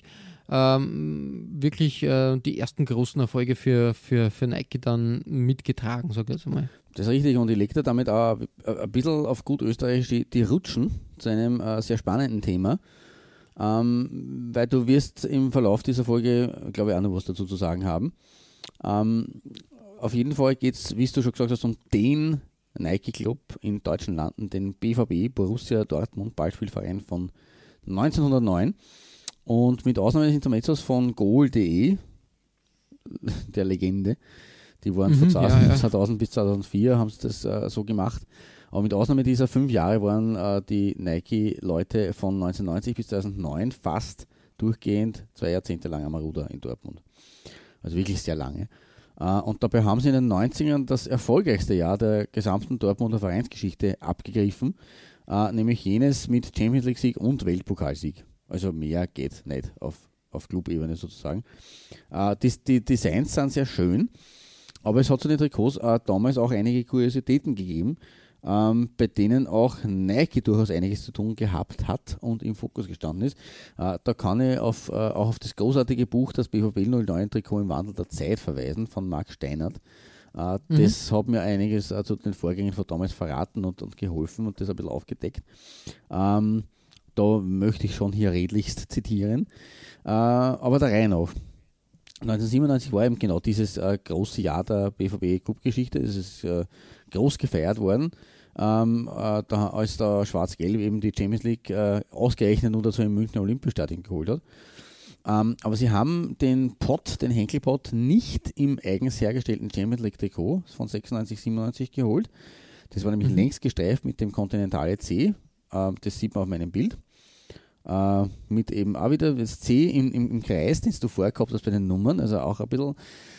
die ersten großen Erfolge für Nike dann mitgetragen, sage ich jetzt mal. Das ist richtig, und ich lege da damit auch ein bisschen auf gut österreichisch die Rutschen zu einem sehr spannenden Thema, weil du wirst im Verlauf dieser Folge, glaube ich, auch noch was dazu zu sagen haben. Auf jeden Fall geht es, wie du schon gesagt hast, um den Nike-Club in deutschen Landen, den BVB, Borussia Dortmund, Ballspielverein von 1909. Und mit Ausnahme des Intermezzos von goal.de, der Legende, die waren von 2000 bis 2004, haben sie das so gemacht. Aber mit Ausnahme dieser 5 Jahre waren die Nike-Leute von 1990 bis 2009 fast durchgehend 2 Jahrzehnte lang am Ruder in Dortmund. Also wirklich sehr lange. Und dabei haben sie in den 90ern das erfolgreichste Jahr der gesamten Dortmunder Vereinsgeschichte abgegriffen, nämlich jenes mit Champions League-Sieg und Weltpokalsieg. Also mehr geht nicht auf Clubebene sozusagen. Die Designs sind sehr schön, aber es hat zu den Trikots damals auch einige Kuriositäten gegeben, bei denen auch Nike durchaus einiges zu tun gehabt hat und im Fokus gestanden ist. Da kann ich auch auf das großartige Buch, das BVB 09 Trikot im Wandel der Zeit verweisen, von Marc Steinert. Das hat mir einiges zu den Vorgängen von damals verraten und geholfen und das ein bisschen aufgedeckt. Da möchte ich schon hier redlichst zitieren. Aber der Reihe nach. 1997 war eben genau dieses große Jahr der BVB-Clubgeschichte. Es ist groß gefeiert worden, als der Schwarz-Gelb eben die Champions League ausgerechnet nur dazu im Münchner Olympiastadion geholt hat. Aber sie haben den Henkelpott nicht im eigens hergestellten Champions League-Trikot von 96, 97 geholt. Das war nämlich längst gestreift mit dem Continentale C. Das sieht man auf meinem Bild. Mit eben auch wieder das C im Kreis, den du vorher gehabt hast bei den Nummern, also auch ein bisschen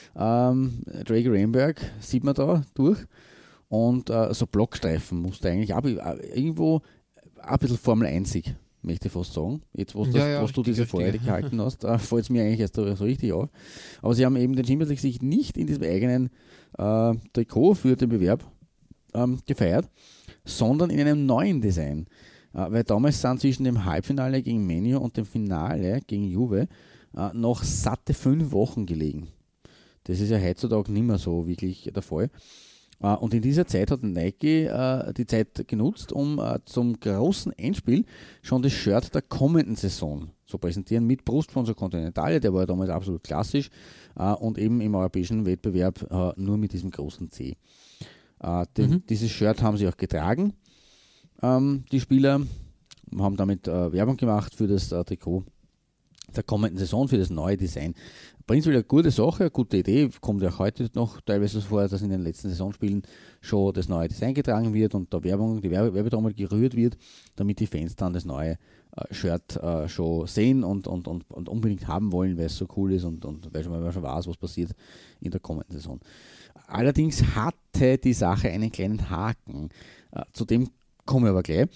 Drake Rainberg sieht man da durch. Und so Blockstreifen musste eigentlich auch irgendwo ein bisschen Formel 1-ig, möchte ich fast sagen. Jetzt, wo du diese Vorrede gehalten hast, fällt es mir eigentlich erst so richtig auf. Aber sie haben eben den Champions League sich nicht in diesem eigenen Trikot für den Bewerb gefeiert, sondern in einem neuen Design. Weil damals sind zwischen dem Halbfinale gegen Man U und dem Finale gegen Juve noch satte 5 Wochen gelegen. Das ist ja heutzutage nicht mehr so wirklich der Fall. Und in dieser Zeit hat Nike die Zeit genutzt, um zum großen Endspiel schon das Shirt der kommenden Saison zu präsentieren mit Brustsponsor Continentale, der war ja damals absolut klassisch und eben im europäischen Wettbewerb nur mit diesem großen C. Dieses Shirt haben sie auch getragen. Die Spieler haben damit Werbung gemacht für das Trikot der kommenden Saison, für das neue Design. Prinzipiell eine gute Sache, eine gute Idee, kommt ja auch heute noch teilweise vor, dass in den letzten Saisonspielen schon das neue Design getragen wird und da die Werbetrommel gerührt wird, damit die Fans dann das neue Shirt schon sehen und unbedingt haben wollen, weil es so cool ist und weil man schon weiß, was passiert in der kommenden Saison. Allerdings hatte die Sache einen kleinen Haken. Zu dem komme ich aber gleich.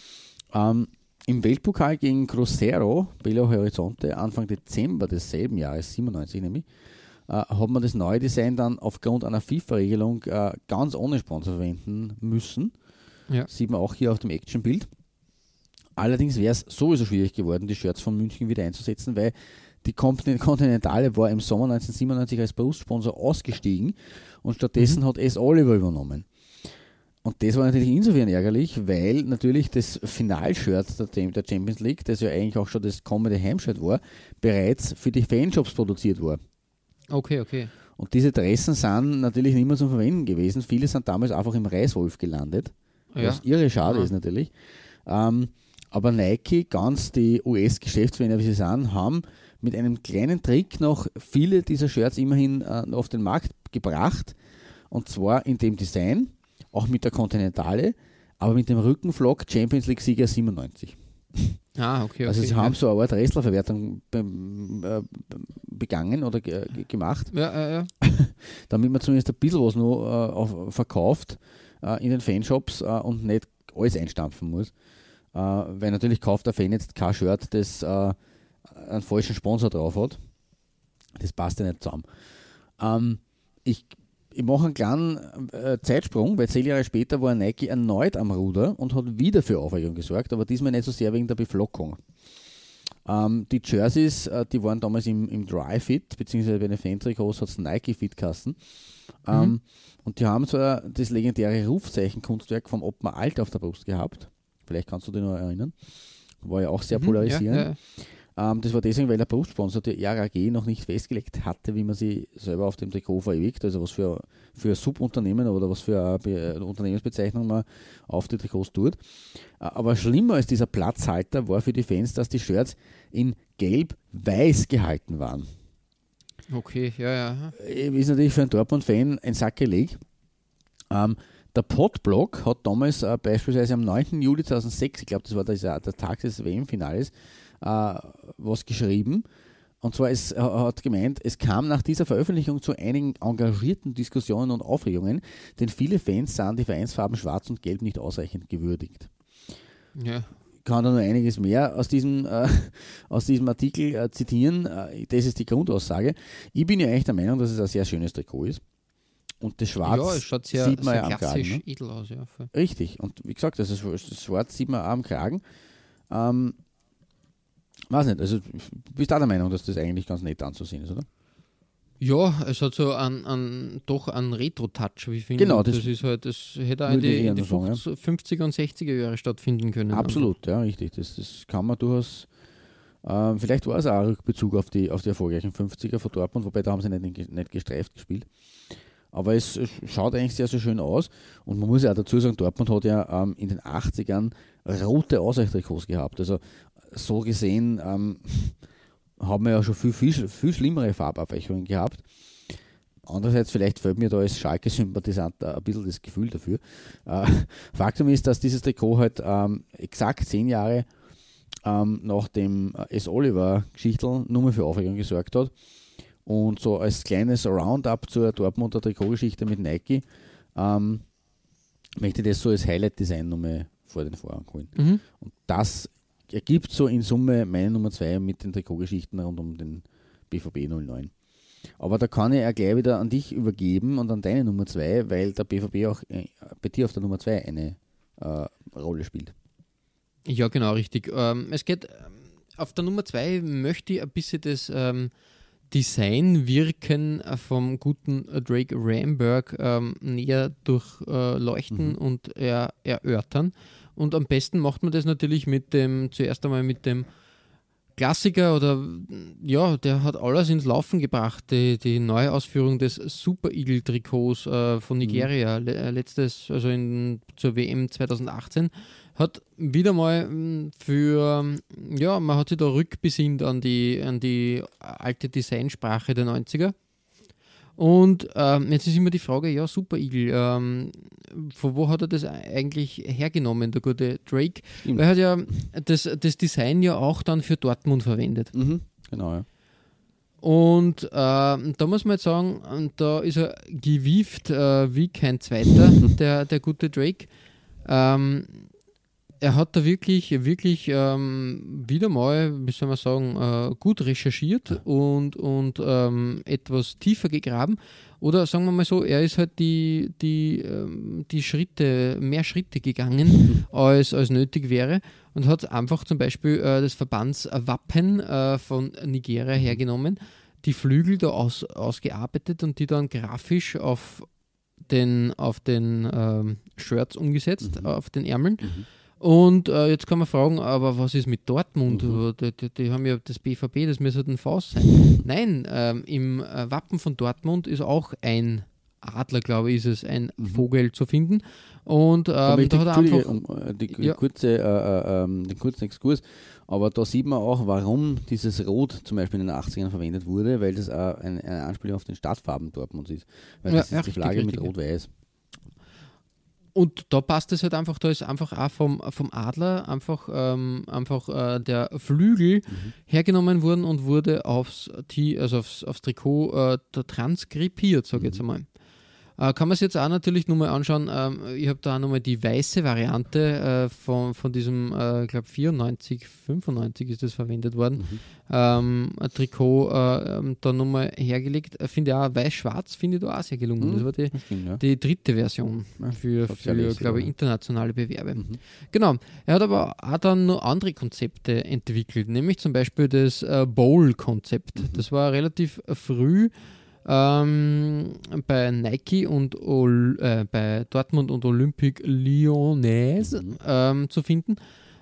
Im Weltpokal gegen Cruzeiro, Belo Horizonte, Anfang Dezember desselben Jahres, 97 nämlich, hat man das neue Design dann aufgrund einer FIFA-Regelung ganz ohne Sponsor verwenden müssen. Ja. Sieht man auch hier auf dem Actionbild. Allerdings wäre es sowieso schwierig geworden, die Shirts von München wieder einzusetzen, weil die Continentale war im Sommer 1997 als Brustsponsor ausgestiegen und stattdessen hat S. Oliver übernommen. Und das war natürlich insofern ärgerlich, weil natürlich das Finalshirt der Champions League, das ja eigentlich auch schon das kommende Heimshirt war, bereits für die Fanshops produziert war. Okay. Und diese Dressen sind natürlich nicht mehr zum Verwenden gewesen. Viele sind damals einfach im Reißwolf gelandet, was irre schade ist natürlich. Aber Nike, ganz die US-Geschäftsmänner, wie sie sind, haben mit einem kleinen Trick noch viele dieser Shirts immerhin auf den Markt gebracht. Und zwar in dem Design, auch mit der Continentale, aber mit dem Rückenflock Champions League-Sieger 97. Okay. Also sie haben so eine Art Wrestlerverwertung begangen oder gemacht, damit man zumindest ein bisschen was noch verkauft in den Fanshops und nicht alles einstampfen muss. Weil natürlich kauft der Fan jetzt kein Shirt, das einen falschen Sponsor drauf hat. Das passt ja nicht zusammen. Ich mache einen kleinen Zeitsprung, weil 10 Jahre später war Nike erneut am Ruder und hat wieder für Aufregung gesorgt, aber diesmal nicht so sehr wegen der Beflockung. Die Jerseys, die waren damals im Dry Fit, beziehungsweise bei den Fan-Trikots hat es Nike Fit geheißen. Und die haben zwar das legendäre Rufzeichen-Kunstwerk vom Ottmar Alt auf der Brust gehabt, vielleicht kannst du dich noch erinnern, war ja auch sehr polarisierend. Das war deswegen, weil der Brustsponsor, der RAG, noch nicht festgelegt hatte, wie man sie selber auf dem Trikot verewigt, also was für Subunternehmen oder was für eine Unternehmensbezeichnung man auf die Trikots tut. Aber schlimmer als dieser Platzhalter war für die Fans, dass die Shirts in gelb-weiß gehalten waren. Okay, ja. Ist natürlich für einen Dortmund-Fan ein Sakrileg. Der Der Podblog hat damals beispielsweise am 9. Juli 2006, ich glaube, das war der Tag des WM-Finales, was geschrieben. Und zwar, er hat gemeint, es kam nach dieser Veröffentlichung zu einigen engagierten Diskussionen und Aufregungen, denn viele Fans sahen die Vereinsfarben Schwarz und Gelb nicht ausreichend gewürdigt. Ja. Ich kann da noch einiges mehr aus diesem Artikel zitieren. Das ist die Grundaussage. Ich bin ja eigentlich der Meinung, dass es ein sehr schönes Trikot ist. Und das Schwarz es schaut sehr, sieht man sehr ja am klassisch Kragen. Ne? edel aus. Ja, voll. Richtig. Und wie gesagt, das Schwarz sieht man auch am Kragen. Weiß nicht, also bist du auch der Meinung, dass das eigentlich ganz nett anzusehen ist, oder? Ja, es hat so doch einen Retro-Touch, wie ich finde. Genau, das ist halt, das hätte auch in die 50er und 60er Jahre stattfinden können. Absolut, ja, richtig. Das kann man durchaus. Vielleicht war es auch ein Rückbezug auf die erfolgreichen 50er von Dortmund, wobei da haben sie nicht gestreift gespielt. Aber es schaut eigentlich sehr, sehr schön aus. Und man muss ja auch dazu sagen, Dortmund hat ja in den 80ern rote Ausweichtrikots gehabt. Also so gesehen haben wir ja schon viel schlimmere Farbabweichungen gehabt. Andererseits, vielleicht fällt mir da als Schalke-Sympathisant ein bisschen das Gefühl dafür. Faktum ist, dass dieses Trikot halt exakt 10 Jahre nach dem S. Oliver-Geschichtel nur mehr für Aufregung gesorgt hat. Und so als kleines Roundup zur Dortmunder Trikotgeschichte mit Nike möchte ich das so als Highlight-Design nochmal vor den Vorhang holen. Mhm. Und das ergibt so in Summe meine Nummer 2 mit den Trikotgeschichten rund um den BVB 09. Aber da kann ich auch gleich wieder an dich übergeben und an deine Nummer 2, weil der BVB auch bei dir auf der Nummer 2 eine Rolle spielt. Ja, genau, richtig. Es geht, auf der Nummer 2 möchte ich ein bisschen das Designwirken vom guten Drake Ramberg näher durchleuchten und erörtern. Und am besten macht man das natürlich zuerst einmal mit dem Klassiker oder ja, der hat alles ins Laufen gebracht. Die neue Ausführung des Super Eagle-Trikots von Nigeria, letztes, also zur WM 2018, hat wieder mal man hat sich da rückbesinnt an die alte Designsprache der 90er. Und jetzt ist immer die Frage, ja, Super Eagle, von wo hat er das eigentlich hergenommen, der gute Drake? Weil er hat ja das Design ja auch dann für Dortmund verwendet. Mhm, genau, ja. Und da muss man jetzt sagen, da ist er gewieft wie kein zweiter, der gute Drake. Er hat da wirklich wieder mal, wie soll man sagen, gut recherchiert und etwas tiefer gegraben. Oder sagen wir mal so, er ist halt mehr Schritte gegangen, als nötig wäre, und hat einfach zum Beispiel das Verbandswappen von Nigeria hergenommen, die Flügel da ausgearbeitet und die dann grafisch auf den Shirts umgesetzt, auf den Ärmeln. Und jetzt kann man fragen, aber was ist mit Dortmund? Die haben ja das BVB, das müsste ein Faust sein. Nein, im Wappen von Dortmund ist auch ein Adler, glaube ich, ist es, ein Vogel zu finden. Und da hat er einfach... den kurzen Exkurs, aber da sieht man auch, warum dieses Rot zum Beispiel in den 80ern verwendet wurde, weil das auch eine Anspielung auf den Stadtfarben Dortmunds ist. Weil das ist die Flagge mit Rot-Weiß. Und da passt es halt einfach, da ist einfach auch vom Adler einfach der Flügel hergenommen worden und wurde aufs Trikot transkribiert, sage ich jetzt einmal. Kann man es jetzt auch natürlich nochmal anschauen. Ich habe da auch nochmal die weiße Variante von diesem, ich glaube 94, 95 ist das verwendet worden, ein Trikot da nochmal hergelegt. Finde ich auch weiß-schwarz, finde ich da auch sehr gelungen. Das war die dritte Version für glaube ich, internationale Bewerbe. Genau. Er hat aber auch dann noch andere Konzepte entwickelt, nämlich zum Beispiel das Bowl-Konzept. Das war relativ früh bei Nike und bei Dortmund und Olympique Lyonnais zu finden.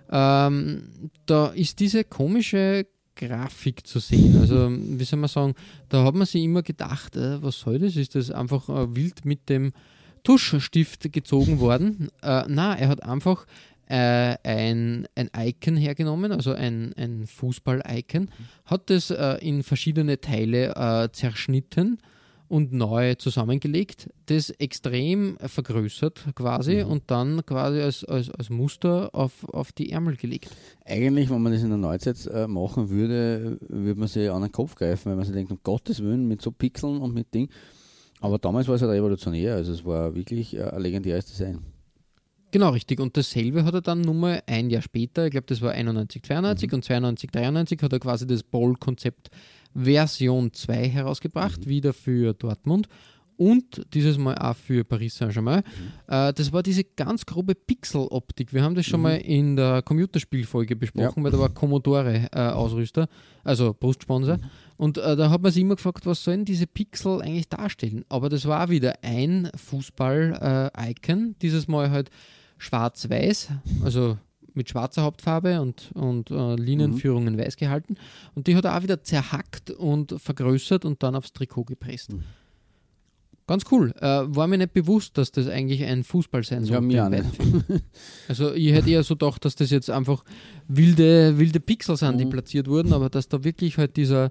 Da ist diese komische Grafik zu sehen. Also, wie soll man sagen, da hat man sich immer gedacht, was soll das? Ist das einfach wild mit dem Tuschstift gezogen worden? Nein, er hat einfach ein Icon hergenommen, also ein Fußball-Icon, hat das in verschiedene Teile zerschnitten und neu zusammengelegt, das extrem vergrößert quasi und dann quasi als Muster auf die Ärmel gelegt. Eigentlich, wenn man das in der Neuzeit machen würde, würde man sich an den Kopf greifen, weil man sich denkt, um Gottes Willen, mit so Pixeln und mit Ding. Aber damals war es halt revolutionär, also es war wirklich ein legendäres Design. Genau, richtig. Und dasselbe hat er dann nur mal ein Jahr später, ich glaube, das war 91, 92 und 92, 93 hat er quasi das Bowl-Konzept Version 2 herausgebracht, wieder für Dortmund und dieses Mal auch für Paris Saint-Germain. Das war diese ganz grobe Pixel-Optik. Wir haben das schon mal in der Computerspielfolge besprochen, weil da war Commodore Ausrüster, also Brustsponsor. Und da hat man sich immer gefragt, was sollen diese Pixel eigentlich darstellen? Aber das war auch wieder ein Fußball-Icon, dieses Mal halt schwarz-weiß, also mit schwarzer Hauptfarbe und Linienführungen weiß gehalten. Und die hat er auch wieder zerhackt und vergrößert und dann aufs Trikot gepresst. Ganz cool. War mir nicht bewusst, dass das eigentlich ein Fußball sein soll. Ja, mir auch nicht. Also ich hätte eher so gedacht, dass das jetzt einfach wilde Pixel sind, die platziert wurden, aber dass da wirklich halt dieser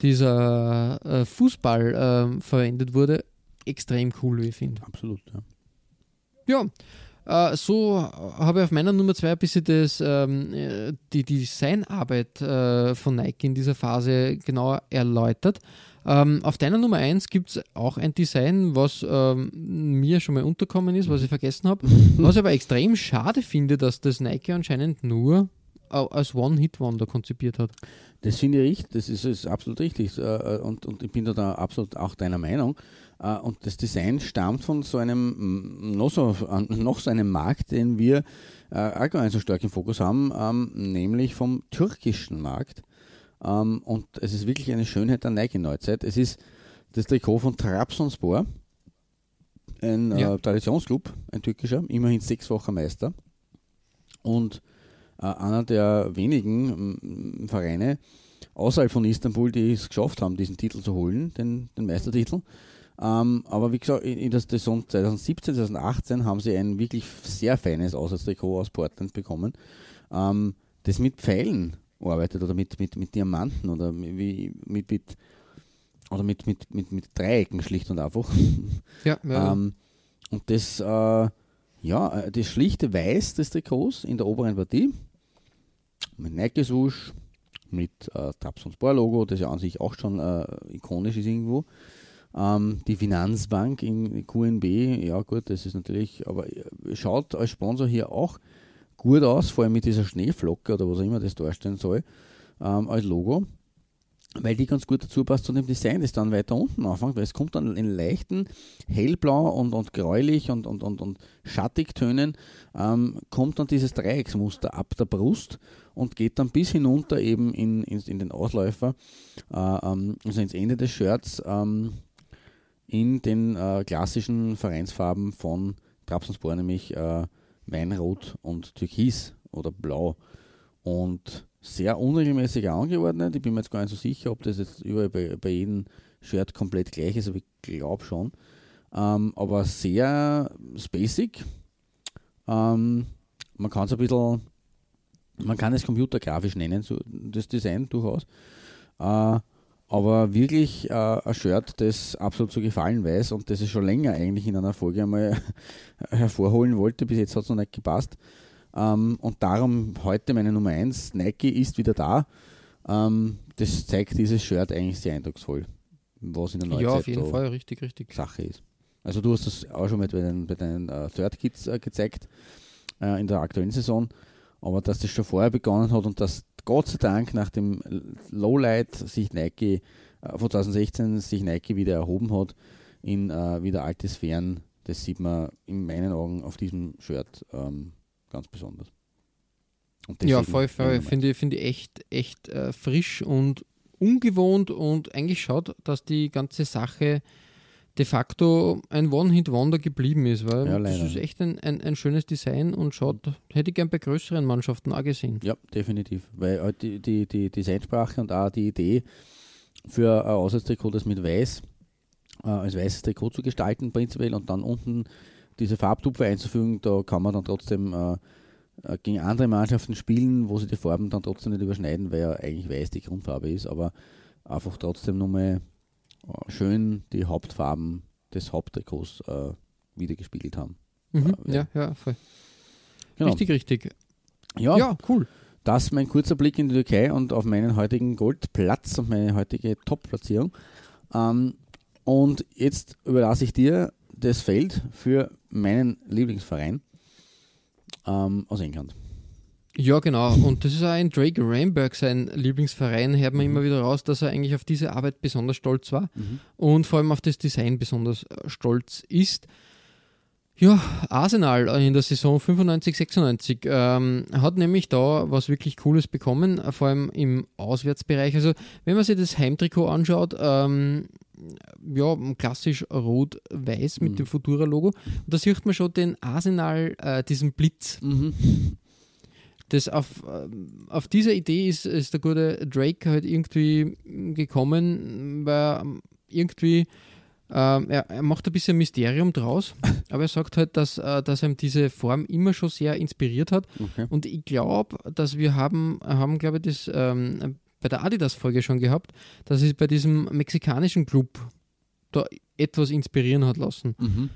Fußball verwendet wurde, extrem cool, wie ich finde. Absolut, ja. Ja, so habe ich auf meiner Nummer 2 ein bisschen die Designarbeit von Nike in dieser Phase genauer erläutert. Auf deiner Nummer 1 gibt es auch ein Design, was mir schon mal unterkommen ist, was ich vergessen habe. Was ich aber extrem schade finde, dass das Nike anscheinend nur als One-Hit-Wonder konzipiert hat. Das finde ich richtig, das ist absolut richtig und ich bin da absolut auch deiner Meinung. Und das Design stammt von so einem noch so einem Markt, den wir auch gar nicht so stark im Fokus haben, nämlich vom türkischen Markt. Und es ist wirklich eine Schönheit der Nike-Neuzeit. Es ist das Trikot von Trabzonspor, ein Traditionsclub, ein türkischer, immerhin 6-facher Meister und einer der wenigen Vereine außerhalb von Istanbul, die es geschafft haben, diesen Titel zu holen, den Meistertitel. Aber wie gesagt, in der Saison 2017, 2018 haben sie ein wirklich sehr feines Auswärtstrikot aus Portland bekommen, das mit Pfeilen arbeitet oder mit Diamanten oder mit Dreiecken schlicht und einfach. Ja. Und das schlichte Weiß des Trikots in der oberen Partie mit Nike-Swoosh, mit Trabzonspor-Logo, das ja an sich auch schon ikonisch ist irgendwo. Die Finanzbank in QNB, ja gut, das ist natürlich, aber schaut als Sponsor hier auch gut aus, vor allem mit dieser Schneeflocke oder was auch immer das darstellen soll, als Logo, weil die ganz gut dazu passt zu dem Design, das dann weiter unten anfängt, weil es kommt dann in leichten hellblau und gräulich und Schattigtönen, kommt dann dieses Dreiecksmuster ab der Brust und geht dann bis hinunter eben in den Ausläufer, also ins Ende des Shirts, in den klassischen Vereinsfarben von Trabzonspor, nämlich Weinrot und Türkis oder Blau. Und sehr unregelmäßig angeordnet. Ich bin mir jetzt gar nicht so sicher, ob das jetzt überall bei jedem Shirt komplett gleich ist, aber ich glaube schon. Aber sehr spacig. Man kann es ein bisschen, man kann es computergrafisch nennen, so das Design durchaus. Aber wirklich ein Shirt, das absolut zu gefallen weiß und das ich schon länger eigentlich in einer Folge einmal hervorholen wollte. Bis jetzt hat es noch nicht gepasst. Und darum heute meine Nummer 1. Nike ist wieder da. Das zeigt dieses Shirt eigentlich sehr eindrucksvoll, was in der Neuzeit auf jeden Fall, richtig. Sache ist. Also du hast das auch schon bei deinen Third Kids gezeigt in der aktuellen Saison. Aber dass das schon vorher begonnen hat und dass Gott sei Dank nach dem Lowlight sich Nike von 2016 sich Nike wieder erhoben hat in wieder alte Sphären, das sieht man in meinen Augen auf diesem Shirt ganz besonders. Ja, voll. Finde ich echt frisch und ungewohnt und eigentlich schaut, dass die ganze Sache de facto ein One-Hit-Wonder geblieben ist, weil das ist echt ein schönes Design und hätte ich gern bei größeren Mannschaften auch gesehen. Ja, definitiv, weil halt die Designsprache und auch die Idee für ein Auswärtstrikot, das mit Weiß als weißes Trikot zu gestalten prinzipiell und dann unten diese Farbtupfer einzufügen, da kann man dann trotzdem gegen andere Mannschaften spielen, wo sie die Farben dann trotzdem nicht überschneiden, weil ja eigentlich weiß die Grundfarbe ist, aber einfach trotzdem nochmal schön die Hauptfarben des Haupttrikots wiedergespiegelt haben. Ja, voll. Genau. Richtig. Ja, Cool. das ist mein kurzer Blick in die Türkei und auf meinen heutigen Goldplatz und meine heutige Top-Platzierung. Und jetzt überlasse ich dir das Feld für meinen Lieblingsverein aus England. Ja, genau. Und das ist auch ein Drake Ramberg, sein Lieblingsverein, hört man immer wieder raus, dass er eigentlich auf diese Arbeit besonders stolz war und vor allem auf das Design besonders stolz ist. Ja, Arsenal in der Saison 95-96 hat nämlich da was wirklich Cooles bekommen, vor allem im Auswärtsbereich. Also wenn man sich das Heimtrikot anschaut, klassisch rot-weiß mit dem Futura-Logo. Und da sieht man schon den Arsenal, diesen Blitz. Das auf dieser Idee ist der gute Drake halt irgendwie gekommen, weil irgendwie er macht ein bisschen Mysterium draus, aber er sagt halt, dass ihm diese Form immer schon sehr inspiriert hat. Okay. Und ich glaube, dass wir haben glaube ich, das bei der Adidas-Folge schon gehabt, dass es bei diesem mexikanischen Club da etwas inspirieren hat lassen.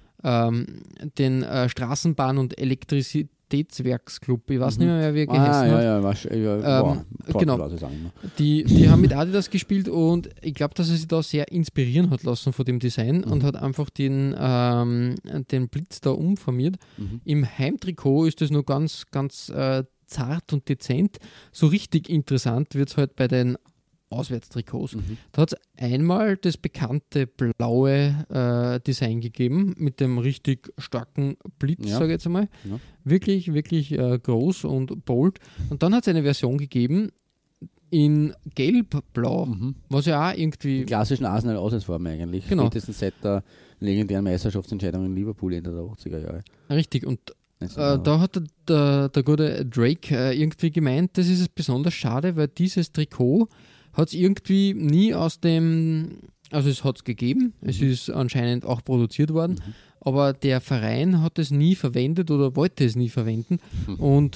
Den Straßenbahn- und Elektrizitätswerksclub. Ich weiß nicht mehr, wie er geheißen hat. Genau. Die haben mit Adidas gespielt und ich glaube, dass er sich da sehr inspirieren hat lassen von dem Design und hat einfach den Blitz da umformiert. Im Heimtrikot ist das noch ganz, ganz zart und dezent. So richtig interessant wird es halt bei den Auswärtstrikots. Da hat es einmal das bekannte blaue Design gegeben mit dem richtig starken Blitz, sage ich jetzt einmal. Ja. Wirklich, wirklich groß und bold. Und dann hat es eine Version gegeben in gelb-blau, was ja auch irgendwie... Die klassischen Arsenal-Auswärtsfarben eigentlich. Genau. Spätestens seit der legendären Meisterschaftsentscheidung in Liverpool Ende der 80er Jahre. Richtig, und da hat der gute Drake irgendwie gemeint, das ist besonders schade, weil dieses Trikot hat es irgendwie nie aus dem, also es hat es gegeben, es ist anscheinend auch produziert worden, aber der Verein hat es nie verwendet oder wollte es nie verwenden und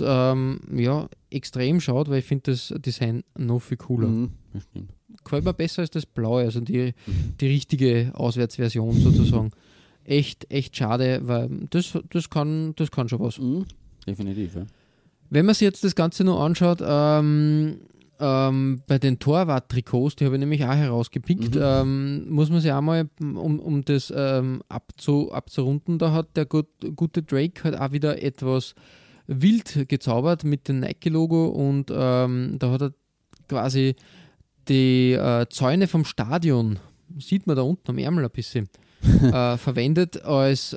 extrem schaut, weil ich finde das Design noch viel cooler. Das stimmt. Gefällt mir besser als das Blaue, also die richtige Auswärtsversion sozusagen. Echt schade, weil das kann schon was. Definitiv, ja. Wenn man sich jetzt das Ganze noch anschaut, bei den Torwart-Trikots, die habe ich nämlich auch herausgepickt, muss man sich auch mal, um das abzurunden, da hat der gute Drake halt auch wieder etwas wild gezaubert mit dem Nike-Logo und da hat er quasi die Zäune vom Stadion, sieht man da unten am Ärmel ein bisschen, verwendet als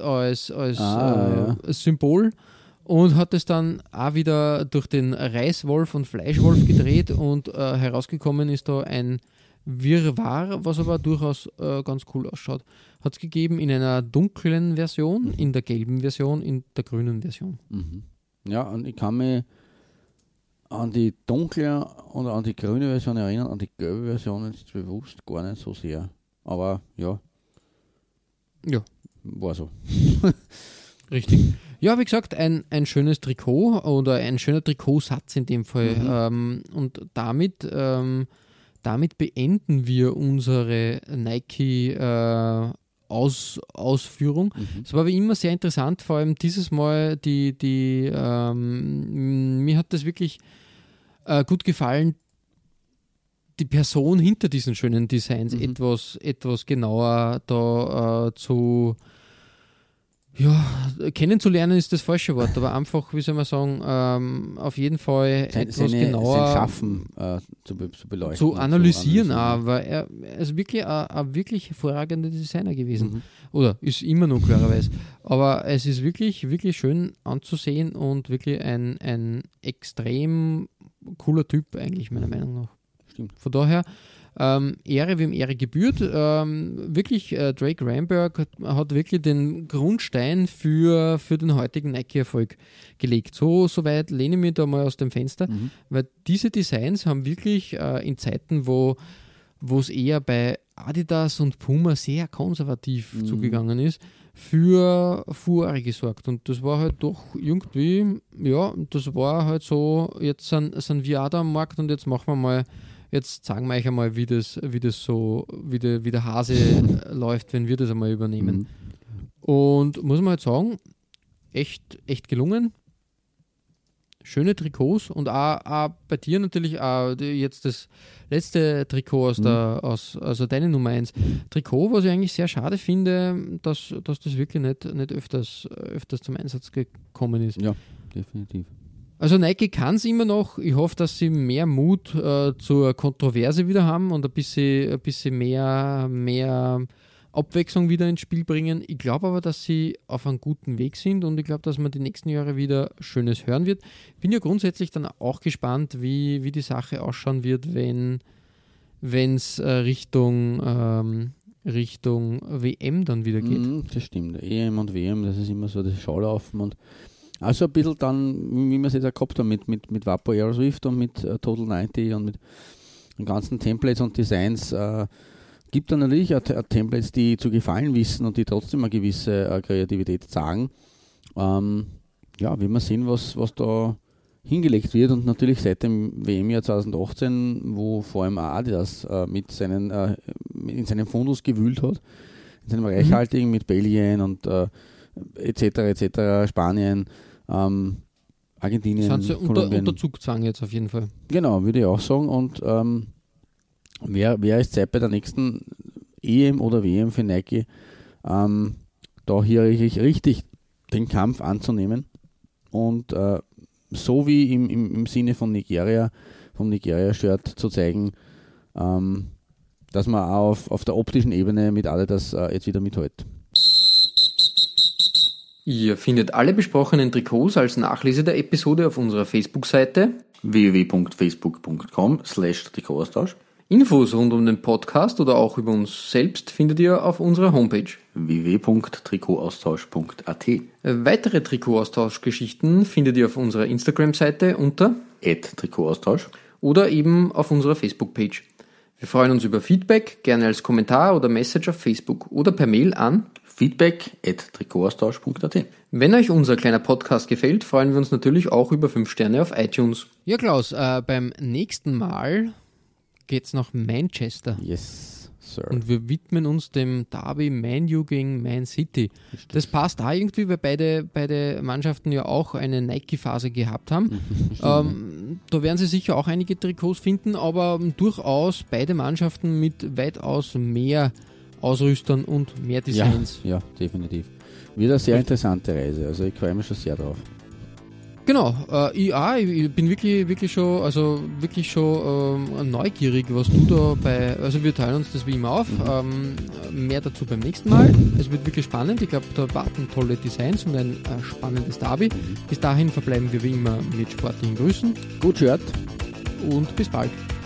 Symbol. Und hat es dann auch wieder durch den Reißwolf und Fleischwolf gedreht und herausgekommen ist da ein Wirrwarr, was aber durchaus ganz cool ausschaut. Hat es gegeben in einer dunklen Version, in der gelben Version, in der grünen Version. Ja, und ich kann mich an die dunkle und an die grüne Version erinnern, an die gelbe Version jetzt bewusst gar nicht so sehr. Aber ja. War so. Richtig. Ja, wie gesagt, ein schönes Trikot oder ein schöner Trikotsatz in dem Fall. Und damit beenden wir unsere Nike-Ausführung. Es war wie immer sehr interessant, vor allem dieses Mal, mir hat das wirklich gut gefallen, die Person hinter diesen schönen Designs etwas genauer da kennenzulernen ist das falsche Wort, aber einfach, wie soll man sagen, auf jeden Fall etwas genauer sein Schaffen zu beleuchten. Zu analysieren auch, weil er ist wirklich ein wirklich hervorragender Designer gewesen. Oder ist immer noch klarerweise. Aber es ist wirklich, wirklich schön anzusehen und wirklich ein extrem cooler Typ eigentlich, meiner Meinung nach. Stimmt. Von daher Ehre, wem Ehre gebührt. Wirklich, Drake Ramberg hat wirklich den Grundstein für den heutigen Nike-Erfolg gelegt. So weit lehne ich mich da mal aus dem Fenster, weil diese Designs haben wirklich in Zeiten, wo es eher bei Adidas und Puma sehr konservativ zugegangen ist, für Furore gesorgt. Und das war halt doch irgendwie, das war halt so, jetzt sind wir auch da am Markt und jetzt machen wir mal Jetzt sagen wir euch einmal, wie der Hase läuft, wenn wir das einmal übernehmen. Und muss man halt sagen, echt gelungen. Schöne Trikots und auch bei dir natürlich auch jetzt das letzte Trikot also deine Nummer 1 Trikot, was ich eigentlich sehr schade finde, dass das wirklich nicht öfters zum Einsatz gekommen ist. Ja, definitiv. Also Nike kann es immer noch. Ich hoffe, dass sie mehr Mut zur Kontroverse wieder haben und ein bisschen mehr Abwechslung wieder ins Spiel bringen. Ich glaube aber, dass sie auf einem guten Weg sind und ich glaube, dass man die nächsten Jahre wieder Schönes hören wird. Bin ja grundsätzlich dann auch gespannt, wie die Sache ausschauen wird, wenn es Richtung WM dann wieder geht. Das stimmt. EM und WM, das ist immer so das Schaulaufen und also ein bisschen dann, wie wir es jetzt auch gehabt haben, mit Vapor Aero Swift und mit Total 90 und mit den ganzen Templates und Designs, gibt dann natürlich auch Templates, die zu gefallen wissen und die trotzdem eine gewisse Kreativität zeigen. Ja, wie wir sehen, was da hingelegt wird und natürlich seit dem WM-Jahr 2018, wo vor allem auch Adidas in seinem Fundus gewühlt hat, in seinem reichhaltigen mit Belgien und etc., Spanien, Argentinien, Sind sie unter Zugzwang jetzt auf jeden Fall. Genau, würde ich auch sagen. Und wer ist Zeit bei der nächsten EM oder WM für Nike, da hier richtig den Kampf anzunehmen und so wie im Sinne von Nigeria, vom Nigeria-Shirt zu zeigen, dass man auch auf der optischen Ebene mit Adidas jetzt wieder mithält. Ihr findet alle besprochenen Trikots als Nachlese der Episode auf unserer Facebook-Seite www.facebook.com/Trikotaustausch. Infos rund um den Podcast oder auch über uns selbst findet ihr auf unserer Homepage www.trikotaustausch.at. Weitere Trikotaustauschgeschichten findet ihr auf unserer Instagram-Seite unter @Trikotaustausch oder eben auf unserer Facebook-Page. Wir freuen uns über Feedback, gerne als Kommentar oder Message auf Facebook oder per Mail an feedback@trikotaustausch.at. Wenn euch unser kleiner Podcast gefällt, freuen wir uns natürlich auch über 5 Sterne auf iTunes. Ja Klaus, beim nächsten Mal geht's nach Manchester. Yes, Sir. Und wir widmen uns dem Derby Man U gegen Man City. Das passt da irgendwie, weil beide Mannschaften ja auch eine Nike-Phase gehabt haben. Da werden sie sicher auch einige Trikots finden, aber durchaus beide Mannschaften mit weitaus mehr Ausrüstern und mehr Designs. Ja, definitiv. Wird eine sehr interessante Reise, also ich freue mich schon sehr drauf. Genau, ich bin wirklich schon neugierig, was du da also wir teilen uns das wie immer auf, mehr dazu beim nächsten Mal. Es wird wirklich spannend, ich glaube, da warten tolle Designs und ein spannendes Derby. Bis dahin verbleiben wir wie immer mit sportlichen Grüßen. Gut Shirt und bis bald.